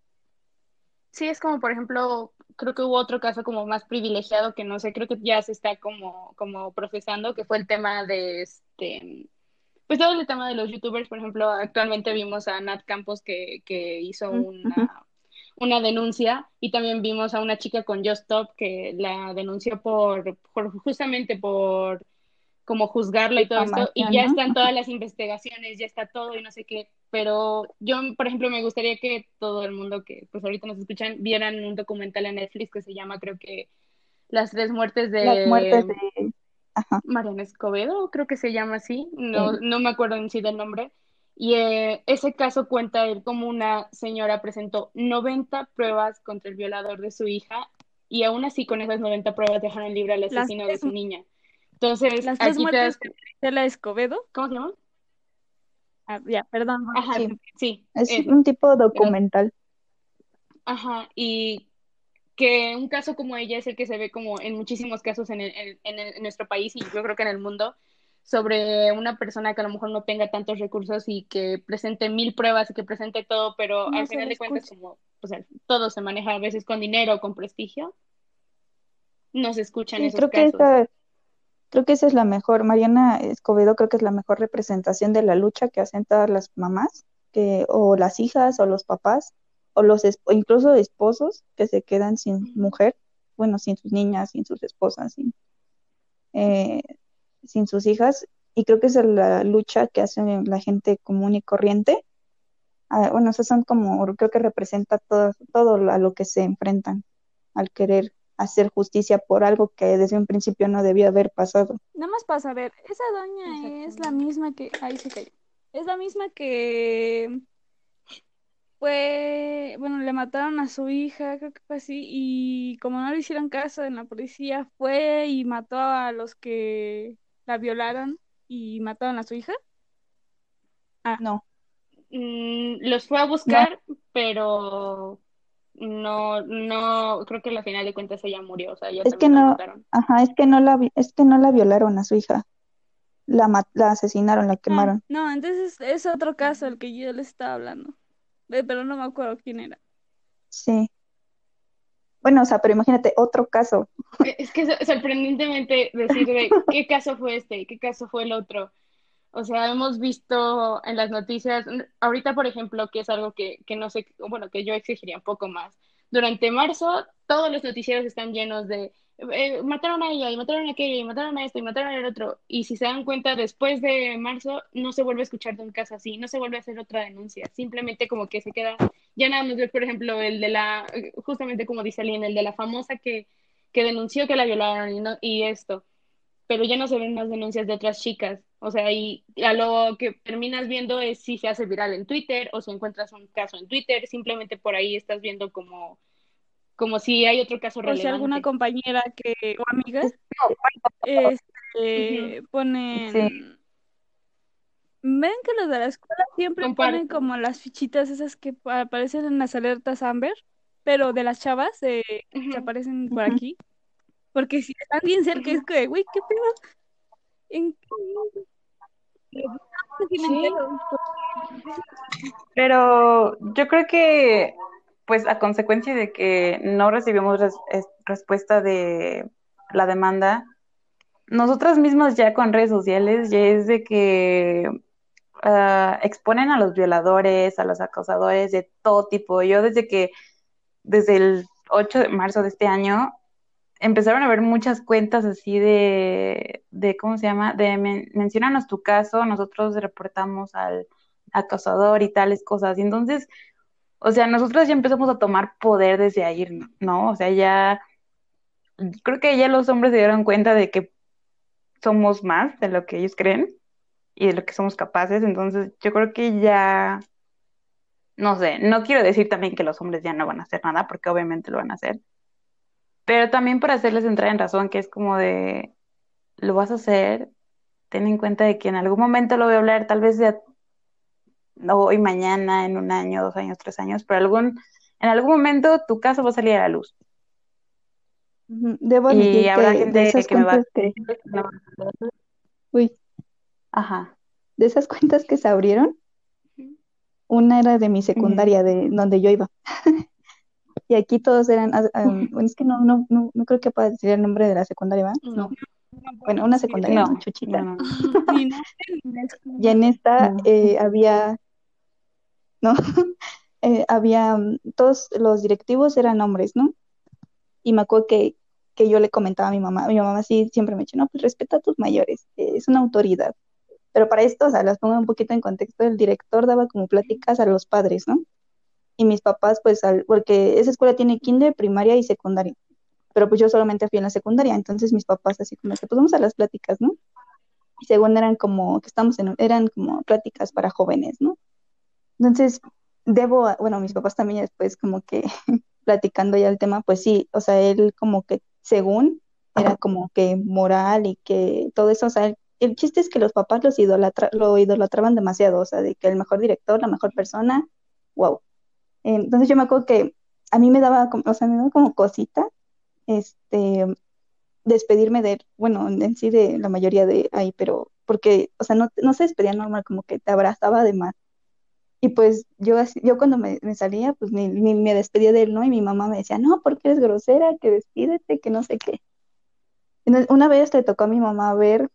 Sí, es como, por ejemplo, creo que hubo otro caso como más privilegiado que no sé, creo que ya se está como procesando, que fue el tema de pues todo el tema de los youtubers, por ejemplo, actualmente vimos a Nat Campos que hizo Ujú. una denuncia y también vimos a una chica con Just Stop que la denunció justamente por como juzgarla y todo esto, y Difamación, ya ¿no? están todas las investigaciones, ya está todo y no sé qué, pero yo, por ejemplo, me gustaría que todo el mundo que pues ahorita nos escuchan vieran un documental en Netflix que se llama, creo que Las tres muertes Las muertes de de... Ajá, Mariana Escobedo, creo que se llama así, eh, no me acuerdo en sí del nombre, y ese caso cuenta él como una señora presentó 90 pruebas contra el violador de su hija y aún así con esas 90 pruebas dejaron libre al Las asesino de tres, su niña. Entonces, las tres aquí te muertes das, de Estela Escobedo. ¿cómo se llama? Ah, ya, perdón. Ajá, sí, sí, es ese. un tipo Pero, documental. ajá, y que un caso como ella es el que se ve como en muchísimos casos en nuestro país y yo creo que en el mundo, sobre una persona que a lo mejor no tenga tantos recursos y que presente 1000 pruebas y que presente todo, pero No al se final le de cuentas, escucha. como pues, todo se maneja a veces con dinero o con prestigio, no se escuchan Sí, esos casos. creo que esa es la mejor, Mariana Escobedo creo que es la mejor representación de la lucha que hacen todas las mamás, o las hijas, o los papás, o incluso esposos que se quedan sin Ujú. mujer, bueno, sin sus niñas, sin sus esposas, eh, sin sus hijas, y creo que esa es la lucha que hace la gente común y corriente. Bueno, esas son como, creo que representa todo a lo que se enfrentan al querer hacer justicia por algo que desde un principio no debió haber pasado. Nada más para saber, esa doña es la Exactamente. misma que... Ahí se cayó. Es la misma que fue... Bueno, le mataron a su hija, creo que fue así, y como no le hicieron caso en la policía, fue y mató a los que la violaron y mataron a su hija. Ah, No, Los fue a no, buscar, pero no, creo que al final de cuentas ella murió, o sea, ella es que también la no, mataron. ajá, es que no la violaron a su hija, la asesinaron, la quemaron. no, entonces es otro caso el que yo les estaba hablando. Pero no me acuerdo quién era. Sí. Bueno, o sea, pero imagínate otro caso. Es que sorprendentemente decir de qué caso fue este y qué caso fue el otro. O sea, hemos visto en las noticias, ahorita por ejemplo, que es algo que no sé, bueno, que yo exigiría un poco más. Durante marzo, todos los noticieros están llenos de mataron a ella y mataron a aquella y mataron a esto y mataron al otro. Y si se dan cuenta, después de marzo no se vuelve a escuchar de un caso así, no se vuelve a hacer otra denuncia. Simplemente como que se queda, ya nada más ver, por ejemplo, el de justamente como dice Aline, el de la famosa que denunció que la violaron y esto, pero ya no se ven más denuncias de otras chicas. O sea, y a lo que terminas viendo es si se hace viral en Twitter o si encuentras un caso en Twitter, simplemente por ahí estás viendo como si hay otro caso O si alguna relevante. compañera o amiga Es- Ujú. Sí, ponen. Ven que los de la escuela siempre ponen Comparto. como las fichitas esas que aparecen en las alertas Amber, pero de las chavas que Ujú, aparecen por Ujú. aquí. Porque si están bien cerca, es ujú. que, güey, ¿qué pedo? ¿En qué? Sí me sí, entero. pero yo creo que, pues a consecuencia de que no recibimos respuesta de la demanda, nosotras mismas ya con redes sociales ya es de que exponen a los violadores, a los acosadores de todo tipo. Yo desde el 8 de marzo de este año, empezaron a ver muchas cuentas así ¿cómo se llama? Menciónanos tu caso, nosotros reportamos al acosador y tales cosas. Y entonces, o sea, nosotros ya empezamos a tomar poder desde ahí, ¿no? O sea, ya, creo que ya los hombres se dieron cuenta de que somos más de lo que ellos creen y de lo que somos capaces. Entonces, yo creo que ya, no sé, no quiero decir también que los hombres ya no van a hacer nada, porque obviamente lo van a hacer, pero también para hacerles entrar en razón, que es como de, lo vas a hacer, ten en cuenta de que en algún momento lo voy a hablar, tal vez no hoy, mañana, en un año, 2 años, 3 años, pero en algún momento tu caso va a salir a la luz. Ujú. Debo Y admitir habrá que de gente esas que me va a... cuentas uy, Ajá. de esas cuentas que se abrieron, Ujú. una era de mi Ujú. secundaria, de donde yo iba. Y aquí todos eran, bueno, es que no creo que pueda decir el nombre de la secundaria, ¿va? No. No. No Bueno, podemos una decir. secundaria, No, ¿no? no, Chuchita. no, no. Ni nombre ni la Y escuela. en esta No. había, ¿no? Había, todos los directivos eran hombres, ¿no? Y me acuerdo que yo le comentaba a mi mamá sí siempre me dice, no, pues respeta a tus mayores, es una autoridad. Pero para esto, o sea, las pongo un poquito en contexto, el director daba como pláticas a los padres, ¿no? Y mis papás, pues, porque esa escuela tiene kinder, primaria y secundaria, pero pues yo solamente fui en la secundaria, entonces mis papás así como que, pues vamos a las pláticas, ¿no? Y según eran como, eran como pláticas para jóvenes, ¿no? Entonces, bueno, mis papás también después como que platicando ya el tema, pues sí, o sea, él como que según era como que moral y que todo eso, o sea, el chiste es que los papás lo idolatraban demasiado, o sea, de que el mejor director, la mejor persona, wow. Entonces yo me acuerdo que a mí me daba, o sea, me daba como cosita, este, despedirme de él, bueno, en sí de la mayoría de ahí, pero porque, o sea, no se despedía normal, como que te abrazaba de más. Y pues yo cuando me salía, pues ni me despedía de él, ¿no? Y mi mamá me decía, no, porque eres grosera, que despídete, que no sé qué. Entonces, una vez le tocó a mi mamá ver,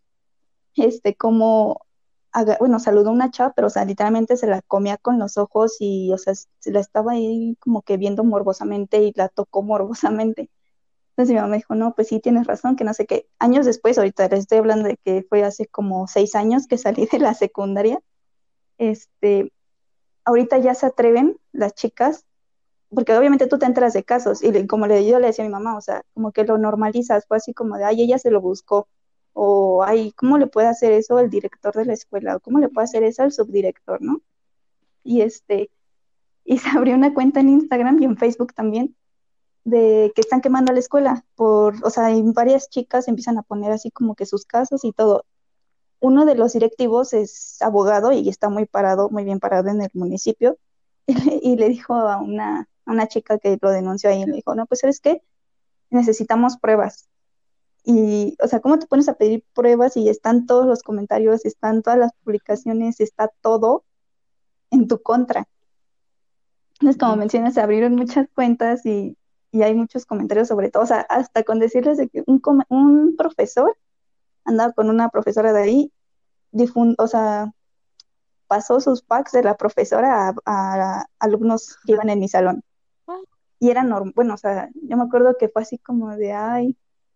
cómo, bueno, saludó a una chava, pero, o sea, literalmente se la comía con los ojos y, o sea, se la estaba ahí como que viendo morbosamente y la tocó morbosamente. Entonces mi mamá me dijo, no, pues sí, tienes razón, que no sé qué. Años después, ahorita les estoy hablando de que fue hace como 6 años que salí de la secundaria, este, ahorita ya se atreven las chicas, porque obviamente tú te enteras de casos, y como yo le decía a mi mamá, o sea, como que lo normalizas, fue así como de, ay, ella se lo buscó, o ay, ¿cómo le puede hacer eso el director de la escuela? O ¿cómo le puede hacer eso al subdirector, no? Y y se abrió una cuenta en Instagram y en Facebook también, de que están quemando la escuela, o sea, y varias chicas empiezan a poner así como que sus casos y todo. Uno de los directivos es abogado y está muy bien parado en el municipio, y le dijo a una chica que lo denunció ahí, le dijo, no, pues ¿sabes qué? Necesitamos pruebas. Y, o sea, ¿cómo te pones a pedir pruebas y están todos los comentarios, están todas las publicaciones, está todo en tu contra? Entonces, como mencionas, se abrieron muchas cuentas y hay muchos comentarios sobre todo, o sea, hasta con decirles de que un profesor andaba con una profesora de ahí, o sea, pasó sus packs de la profesora a alumnos que iban en mi salón. Y era normal, bueno, o sea, yo me acuerdo que fue así como de, ay,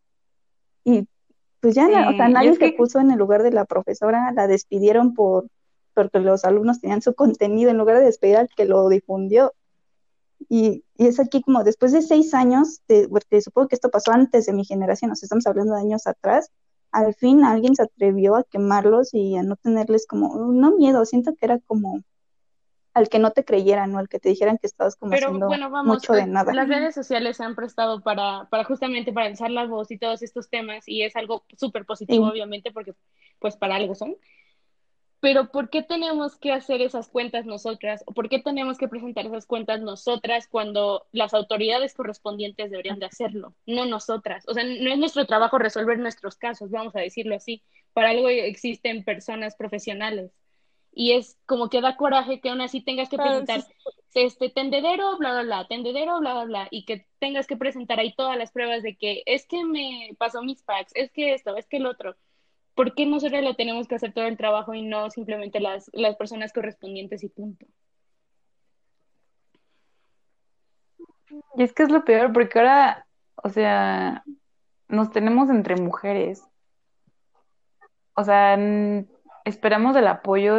y pues ya, Sí, o sea, y nadie es se que puso en el lugar de la profesora, la despidieron porque los alumnos tenían su contenido en lugar de despedir al que lo difundió. Y es aquí como después de 6 años, porque supongo que esto pasó antes de mi generación, nos estamos hablando de años atrás, al fin alguien se atrevió a quemarlos y a no tenerles como, no miedo, siento que era como al que no te creyeran o al que te dijeran que estabas como Pero haciendo bueno, vamos, mucho de nada. las redes sociales se han prestado para justamente para alzar la voz y todos estos temas y es algo súper positivo, Sí, obviamente, porque pues para algo son. Pero ¿por qué tenemos que hacer esas cuentas nosotras? ¿O por qué tenemos que presentar esas cuentas nosotras cuando las autoridades correspondientes deberían de hacerlo? No nosotras. O sea, no es nuestro trabajo resolver nuestros casos, vamos a decirlo así. Para algo existen personas profesionales. Y es como que da coraje que aún así tengas que Claro, sí, presentar tendedero, bla, bla, bla, tendedero, bla, bla, bla, y que tengas que presentar ahí todas las pruebas de que es que me pasó mis packs, es que esto, es que el otro. ¿Por qué nosotros le tenemos que hacer todo el trabajo y no simplemente las personas correspondientes y punto? Y es que es lo peor, porque ahora, o sea, nos tenemos entre mujeres. O sea, esperamos el apoyo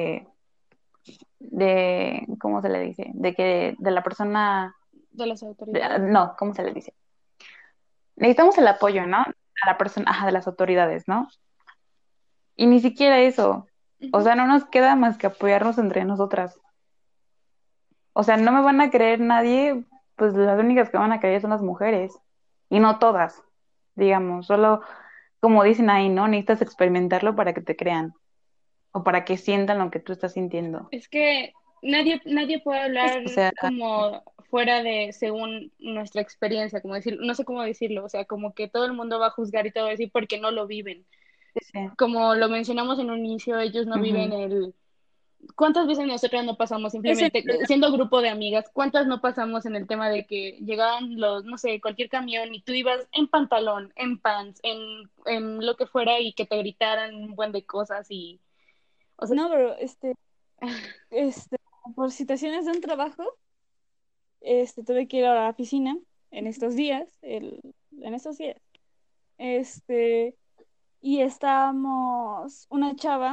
¿cómo se le dice? De la persona, De las autoridades. no, ¿cómo se le dice? Necesitamos el apoyo, ¿no? A la persona, ajá, de las autoridades, ¿no? Y ni siquiera eso. O Ujú. sea, no nos queda más que apoyarnos entre nosotras. O sea, no me van a creer nadie, pues las únicas que van a creer son las mujeres. Y no todas, digamos, solo como dicen ahí, ¿no? Necesitas experimentarlo para que te crean o para que sientan lo que tú estás sintiendo. Es que nadie puede hablar O sea, como fuera de según nuestra experiencia, como decir, no sé cómo decirlo, o sea, como que todo el mundo va a juzgar y todo decir porque no lo viven. sí, sí. Como lo mencionamos en un inicio, ellos no viven Ujú. el ¿cuántas veces nosotros no pasamos es el simplemente, siendo grupo de amigas, cuántas no pasamos en el tema de que llegaban los, no sé, cualquier camión y tú ibas en pantalón, en pants, en lo que fuera y que te gritaran un buen de cosas y, o sea, No, pero este, por situaciones de un trabajo, tuve que ir a la piscina en estos días, en estos días, este, y estábamos una chava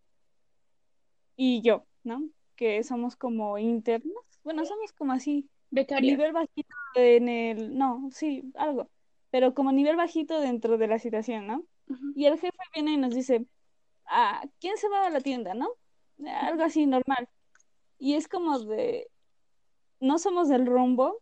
y yo, ¿no? Que somos como internos, bueno, somos como así, becarias. nivel bajito no, sí, algo, pero como nivel bajito dentro de la situación, ¿no? Ujú, Y el jefe viene y nos dice, ¿quién se va a la tienda, no? Algo así normal. Y es como no somos del rumbo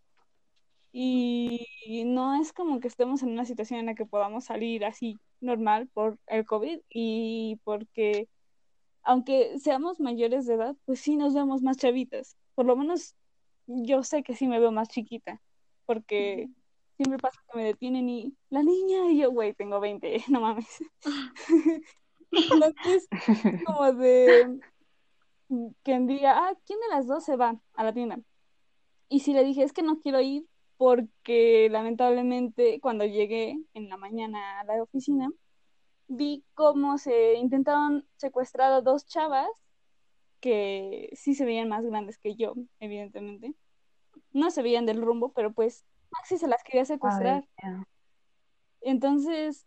y no es como que estemos en una situación en la que podamos salir así normal por el COVID y porque aunque seamos mayores de edad, pues sí nos vemos más chavitas. Por lo menos yo sé que sí me veo más chiquita, porque ujú. siempre pasa que me detienen y la niña, y yo, güey, tengo 20, no mames. Entonces, como de quien diga, ¿quién de las dos se va a la tienda? Y si le dije, es que no quiero ir porque lamentablemente cuando llegué en la mañana a la oficina, vi cómo se intentaron secuestrar a dos chavas que sí se veían más grandes que yo, evidentemente. No se veían del rumbo, pero pues Maxi se las quería Ay, secuestrar. ya. Entonces,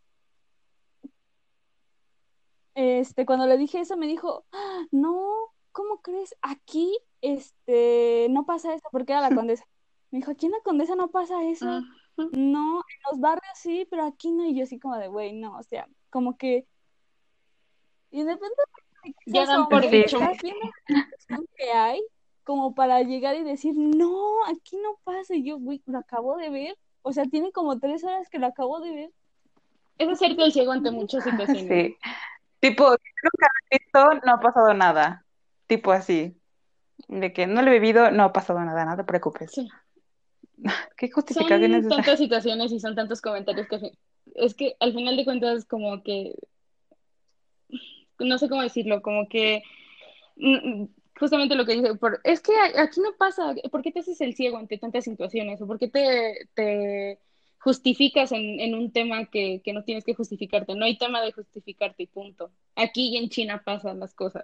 cuando le dije eso, me dijo, no, ¿cómo crees? Aquí, no pasa eso, porque era la Condesa. Me dijo, aquí en la Condesa no pasa eso. Ujú. No, en los barrios sí, pero aquí no. Y yo así como de, güey, no, o sea, como que independientemente de que Ya seas dan por hombre, Sí, dicho. sí. estás viendo la situación que hay como para llegar y decir, no, aquí no pasa. Y yo, güey, lo acabo de ver. O sea, tiene como 3 horas que lo acabo de ver. Es hacerte el ciego ante muchas situaciones. Sí. Tipo, si nunca lo he visto, no ha pasado nada. Tipo así. De que no lo he vivido, no ha pasado nada, no te preocupes. Sí. ¿Qué justificación es Son esa? tantas situaciones y son tantos comentarios que es que al final de cuentas como que, no sé cómo decirlo, como que justamente lo que dice, es que aquí no pasa, ¿por qué te haces el ciego ante tantas situaciones? ¿O por qué te justificas en un tema que no tienes que justificarte? No hay tema de justificarte y punto. Aquí y en China pasan las cosas.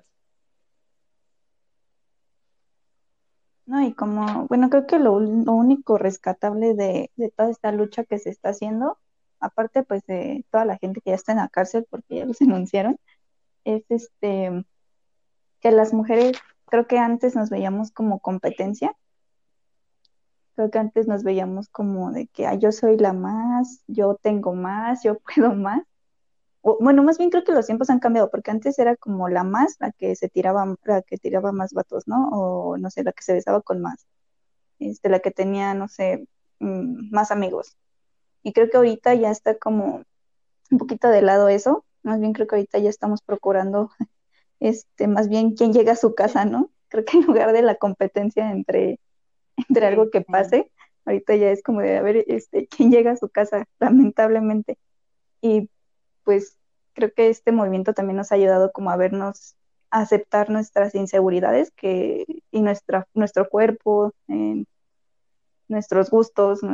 No, y como, bueno, creo que lo único rescatable de toda esta lucha que se está haciendo, aparte pues de toda la gente que ya está en la cárcel porque ya los denunciaron, es que las mujeres, creo que antes nos veíamos como competencia, creo que antes nos veíamos como de que yo soy la más, yo tengo más, yo puedo más. Bueno, más bien creo que los tiempos han cambiado, porque antes era como la más, la que tiraba más vatos, ¿no? O no sé, la que se besaba con más, la que tenía, no sé, más amigos. Y creo que ahorita ya está como un poquito de lado eso, más bien creo que ahorita ya estamos procurando, más bien quién llega a su casa, ¿no? Creo que en lugar de la competencia entre Sí, algo que sí. pase, ahorita ya es como de, a ver, quién llega a su casa, lamentablemente. Y pues creo que este movimiento también nos ha ayudado como a vernos, a aceptar nuestras inseguridades y nuestro cuerpo, nuestros gustos,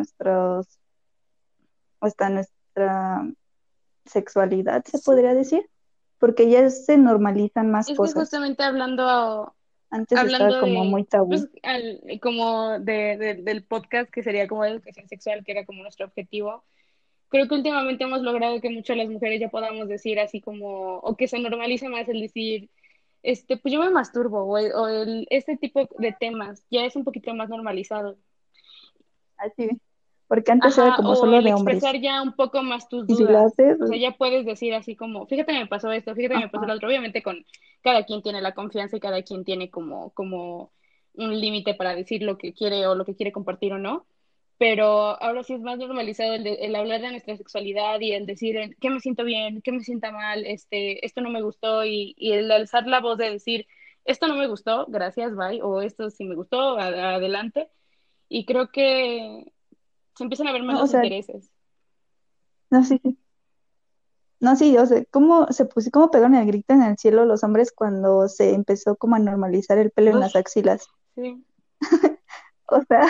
hasta nuestra sexualidad, se Sí, podría decir, porque ya se normalizan más es que cosas. justamente Antes estaba hablando como muy tabú. pues, como del podcast que sería como de educación sexual, que era como nuestro objetivo, creo que últimamente hemos logrado que muchas de las mujeres ya podamos decir así como, o que se normalice más el decir, pues yo me masturbo, este tipo de temas ya es un poquito más normalizado. Así, porque antes era Ajá, como o solo el de hombres. expresar ya un poco más tus Y si lo dudas. haces, O sea, ya puedes decir así como, fíjate que me pasó esto, fíjate que me pasó ajá, lo otro. Obviamente con cada quien tiene la confianza y cada quien tiene como un límite para decir lo que quiere o lo que quiere compartir o no. Pero ahora sí es más normalizado el hablar de nuestra sexualidad y el decir qué me siento bien, qué me sienta mal, esto no me gustó y el alzar la voz de decir esto no me gustó, gracias, bye, o esto sí me gustó, adelante. Y creo que se empiezan a ver más no, o los sea, intereses. no, sí, sí. No, sí, o sea, cómo pegaron el grito en el cielo los hombres cuando se empezó como a normalizar el pelo en Uf, las axilas? sí. O sea,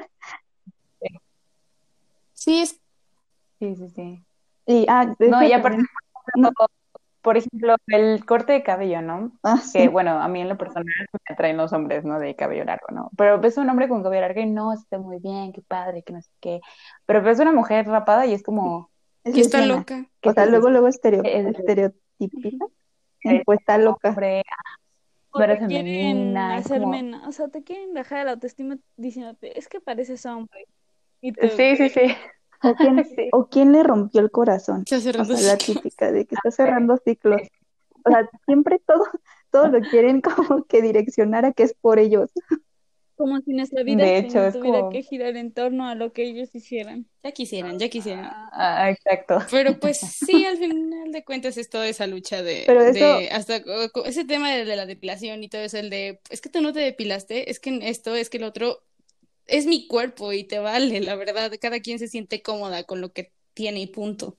Sí, sí, sí, sí. y, No, y deja aparte, también, no, por ejemplo, el corte de cabello, ¿no? Que sí, bueno, a mí en lo personal me atraen los hombres, ¿no? De cabello largo, ¿no? Pero ves un hombre con cabello largo y no, está muy bien, qué padre, que no sé qué. Pero ves una mujer rapada y es como, es Que está lesbiana. loca. ¿qué O es sea, eso? luego Ujú. estereotipiza, Eres pues está loca. hombre, O no eres te quieren femenina, es hacer como, menos, o sea, te quieren bajar la autoestima diciéndote, es que pareces hombre. Y tú, sí, sí, sí. Sí. O quién le rompió el corazón. Está O cerrando sea, la ciclos. típica de que está cerrando ciclos. O sea, siempre todo lo quieren como que direccionar a que es por ellos. como si nuestra vida De hecho, es tuviera que como, girar en torno a lo que ellos hicieran. Ya quisieran, ya quisieran. exacto. Pero pues sí, al final de cuentas es toda esa lucha Pero eso, de hasta ese tema de la depilación y todo eso, el de, es que tú no te depilaste, es que esto, es que el otro, es mi cuerpo y te vale, la verdad. Cada quien se siente cómoda con lo que tiene y punto.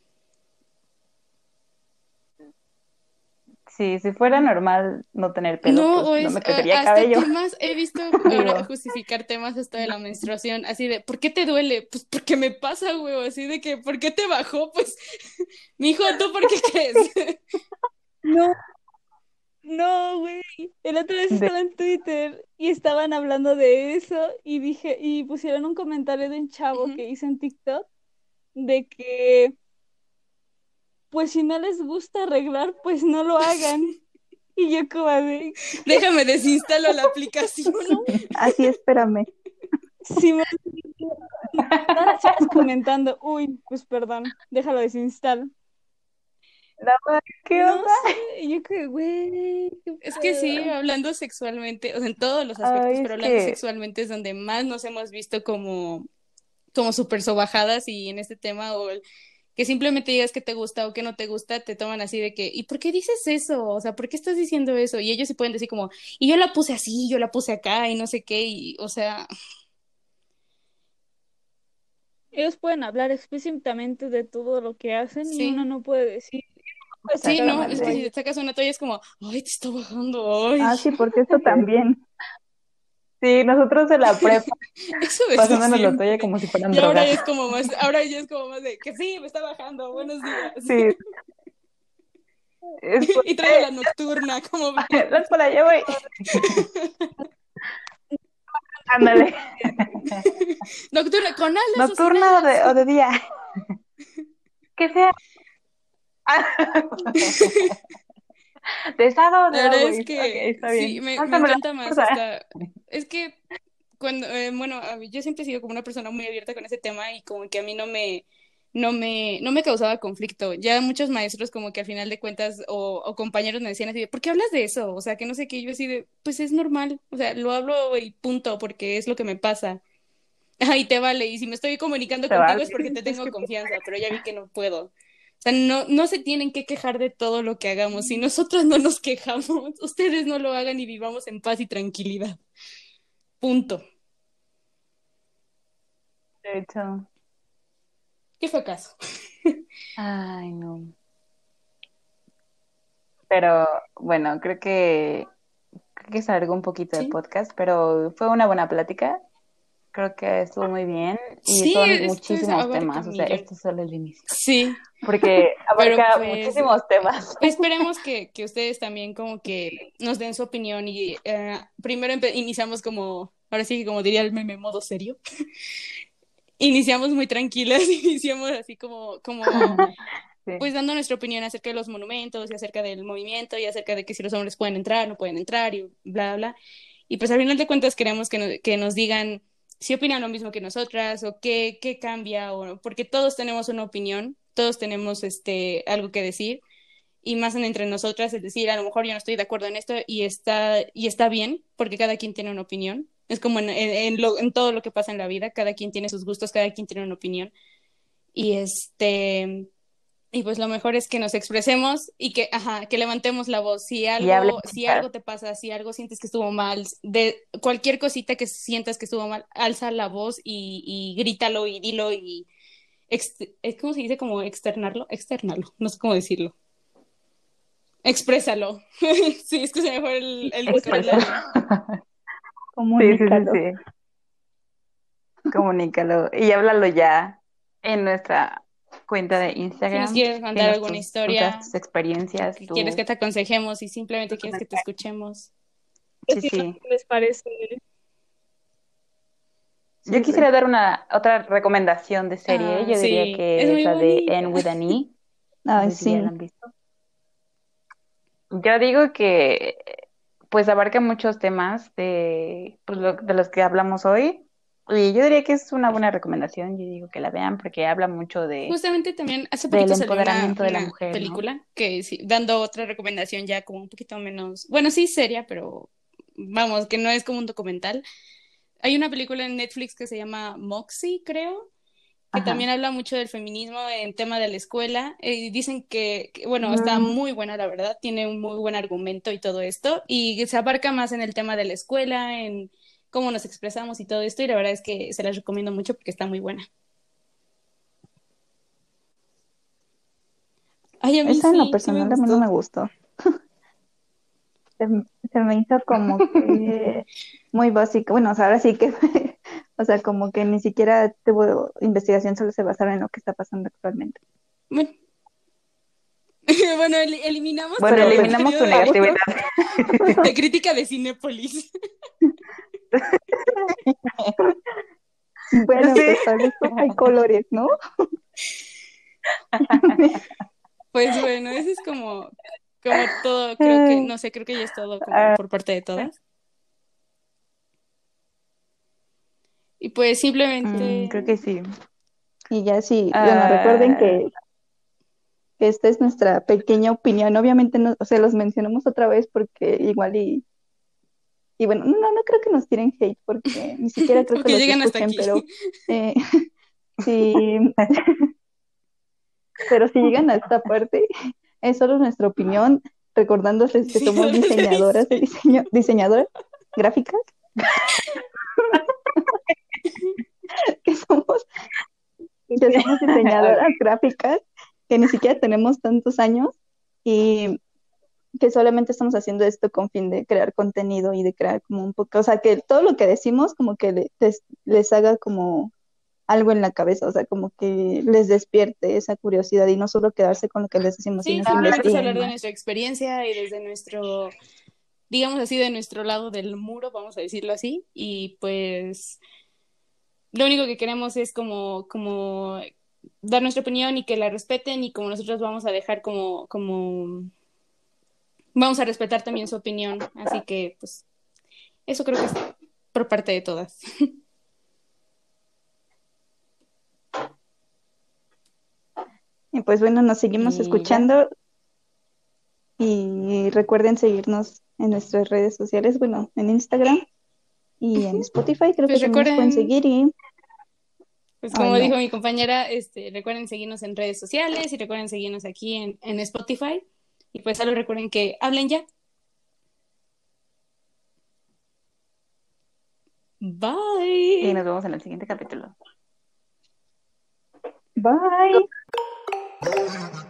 Sí, si fuera normal no tener pelo, No, pues o no es me tendría hasta cabello. temas, he visto ahora Digo, justificar temas hasta de la menstruación, así de, ¿por qué te duele? Pues porque me pasa, güey, así de que, ¿por qué te bajó? Pues, mijo, ¿tú por qué crees? No, no, güey. El otro vez de, estaba en Twitter y estaban hablando de eso y dije, y pusieron un comentario de un chavo Ujú. que hizo en TikTok de que, pues si no les gusta arreglar, pues no lo hagan. Y yo como de, Déjame desinstalo la aplicación. Así espérame. si me no, sigas comentando, uy, pues perdón, déjalo desinstalo. no, ¿qué No onda? sé, y yo que, güey, qué Es que sí, pedo. hablando sexualmente, o sea, en todos los aspectos, Ay, pero es hablando que, sexualmente es donde más nos hemos visto como súper sobajadas y en este tema que simplemente digas que te gusta o que no te gusta, te toman así de que, ¿y por qué dices eso? O sea, ¿por qué estás diciendo eso? Y ellos sí pueden decir como, y yo la puse así, yo la puse acá y no sé qué, y o sea, Ellos pueden hablar explícitamente de todo lo que hacen y uno sí, no puede decir, puede sí, sacar no, una es que si Exactamente. toalla. te sacas una toalla es como, ay, te está bajando, ay, Ah, sí, porque esto también. sí, nosotros en la prepa eso desde pasándonos la toalla siempre. como si fueran Y ahora drogas. ya es como más, ahora ya es como más de que sí, me está bajando, buenos días. Sí, es por, Y traigo la nocturna, como ven. las por allá, güey. Ándale. Nocturna, ¿con alas o sin Nocturna alas? o de día. Que sea. ¿De estado o La de verdad agua? es Ok, que está sí, bien. me Pásame la encanta más fuerza. hasta... Es que cuando, bueno, yo siempre he sido como una persona muy abierta con ese tema y como que a mí no me causaba conflicto. Ya muchos maestros como que al final de cuentas o compañeros me decían así de, ¿por qué hablas de eso? O sea, que no sé qué, yo así de, pues es normal, o sea, lo hablo y punto, porque es lo que me pasa. Ay, te vale, y si me estoy comunicando Se vale. contigo es porque te Es tengo que confianza, pero ya vi que no puedo. O sea, no se tienen que quejar de todo lo que hagamos. Si nosotros no nos quejamos, ustedes no lo hagan y vivamos en paz y tranquilidad. Punto. De hecho. ¿Qué fue acaso? Ay, no. Pero bueno, creo que se alargó un poquito de Sí, podcast, pero fue una buena plática. Creo que estuvo muy bien y sí, son esto es muchísimos abarca temas, o sea, millón. esto es solo el inicio, Sí, porque pero abarca pues muchísimos temas. esperemos que ustedes también como que nos den su opinión y primero iniciamos como, ahora sí, como diría el meme, modo serio. Iniciamos muy tranquilas, iniciamos así como Sí. pues dando nuestra opinión acerca de los monumentos y acerca del movimiento y acerca de que si los hombres pueden entrar, no pueden entrar y bla, bla. Y pues al final de cuentas queremos que nos digan si opinan lo mismo que nosotras o qué cambia, o, porque todos tenemos una opinión, todos tenemos algo que decir y más entre nosotras, es decir, a lo mejor yo no estoy de acuerdo en esto y está bien, porque cada quien tiene una opinión. Es como en todo lo que pasa en la vida, cada quien tiene sus gustos, cada quien tiene una opinión. Y y pues lo mejor es que nos expresemos y ajá, que levantemos la voz. Y hablemos Si claro. algo te pasa, si algo sientes que estuvo mal, de cualquier cosita que sientas que estuvo mal, alza la voz y grítalo y dilo y ¿cómo se dice? Como externarlo, no sé cómo decirlo. Exprésalo. Sí, es que se me fue el Expresar. vocabulario. Sí, sí, sí, Comunícalo. sí. Comunícalo y háblalo ya en nuestra cuenta de Si nos Instagram. quieres mandar Dinos alguna cuentas historia, tus experiencias, que quieres que te aconsejemos y simplemente tus quieres que te comentarios. escuchemos. Sí, decirnos sí. qué les parece. Yo Sí, sí. quisiera dar otra recomendación de serie. Ah, Yo diría sí, es que es muy la de bonita. End with an E. No Ay, sé si ya la sí. han visto. Yo digo que pues abarca muchos temas de los que hablamos hoy. Y yo diría que es una buena recomendación. Yo digo que la vean porque habla mucho Justamente también hace del poquito salió empoderamiento de la una mujer, ¿no? película que sí, dando otra recomendación ya como un poquito menos, bueno, sí seria, pero vamos, que no es como un documental. Hay una película en Netflix que se llama Moxie, creo, que Ajá. también habla mucho del feminismo en tema de la escuela. Dicen bueno, está Mm, muy buena, la verdad, tiene un muy buen argumento y todo esto, y se abarca más en el tema de la escuela, cómo nos expresamos y todo esto, y la verdad es que se las recomiendo mucho porque está muy buena. Ay, a mí Esa en lo sí me personal a mí no gustó. me gustó. Se, se me hizo como que muy básico. Bueno, o sea, ahora sí que, o sea, como que ni siquiera tuvo investigación, solo se basaron en lo que está pasando actualmente. Bueno, bueno, eliminamos tu Bueno, Pero pues, eliminamos tu comentario negatividad. de crítica de Cinépolis. bueno, Sí. pues para gustos hay colores, ¿no? Pues bueno, eso es como todo, creo que, no sé, creo que ya es todo como por parte de todas. Y pues simplemente, Creo que sí. Y ya sí, bueno, recuerden que esta es nuestra pequeña opinión. Obviamente, no, o sea, los mencionamos otra vez porque igual y bueno, no creo que nos tiren hate porque ni siquiera creo que porque los llegan hasta escuchen, aquí. pero eh, sí, pero si llegan a esta parte, es solo nuestra opinión, recordándoles que somos Diseñadoras de diseño. diseñadoras gráficas, que somos, que somos diseñadoras gráficas, que ni siquiera tenemos tantos años y que solamente estamos haciendo esto con fin de crear contenido y de crear como un poco, o sea, que todo lo que decimos como que les haga como algo en la cabeza, o sea, como que les despierte esa curiosidad y no solo quedarse con lo que les decimos, Sí, sino que simplemente es investiguen hablar de más. nuestra experiencia y desde nuestro, digamos así, de nuestro lado del muro, vamos a decirlo así, y pues lo único que queremos es como dar nuestra opinión y que la respeten y como nosotros vamos a dejar como vamos a respetar también su opinión, así que pues eso creo que es por parte de todas. Y pues bueno, nos seguimos Y ya. escuchando y recuerden seguirnos en nuestras redes sociales, bueno, en Instagram y en Spotify, creo que Pues también nos pueden recuerden, seguir y, pues ay como dijo no, mi compañera, recuerden seguirnos en redes sociales y recuerden seguirnos aquí en Spotify y pues solo recuerden que hablen ya. Y Bye. nos vemos en el siguiente capítulo. bye.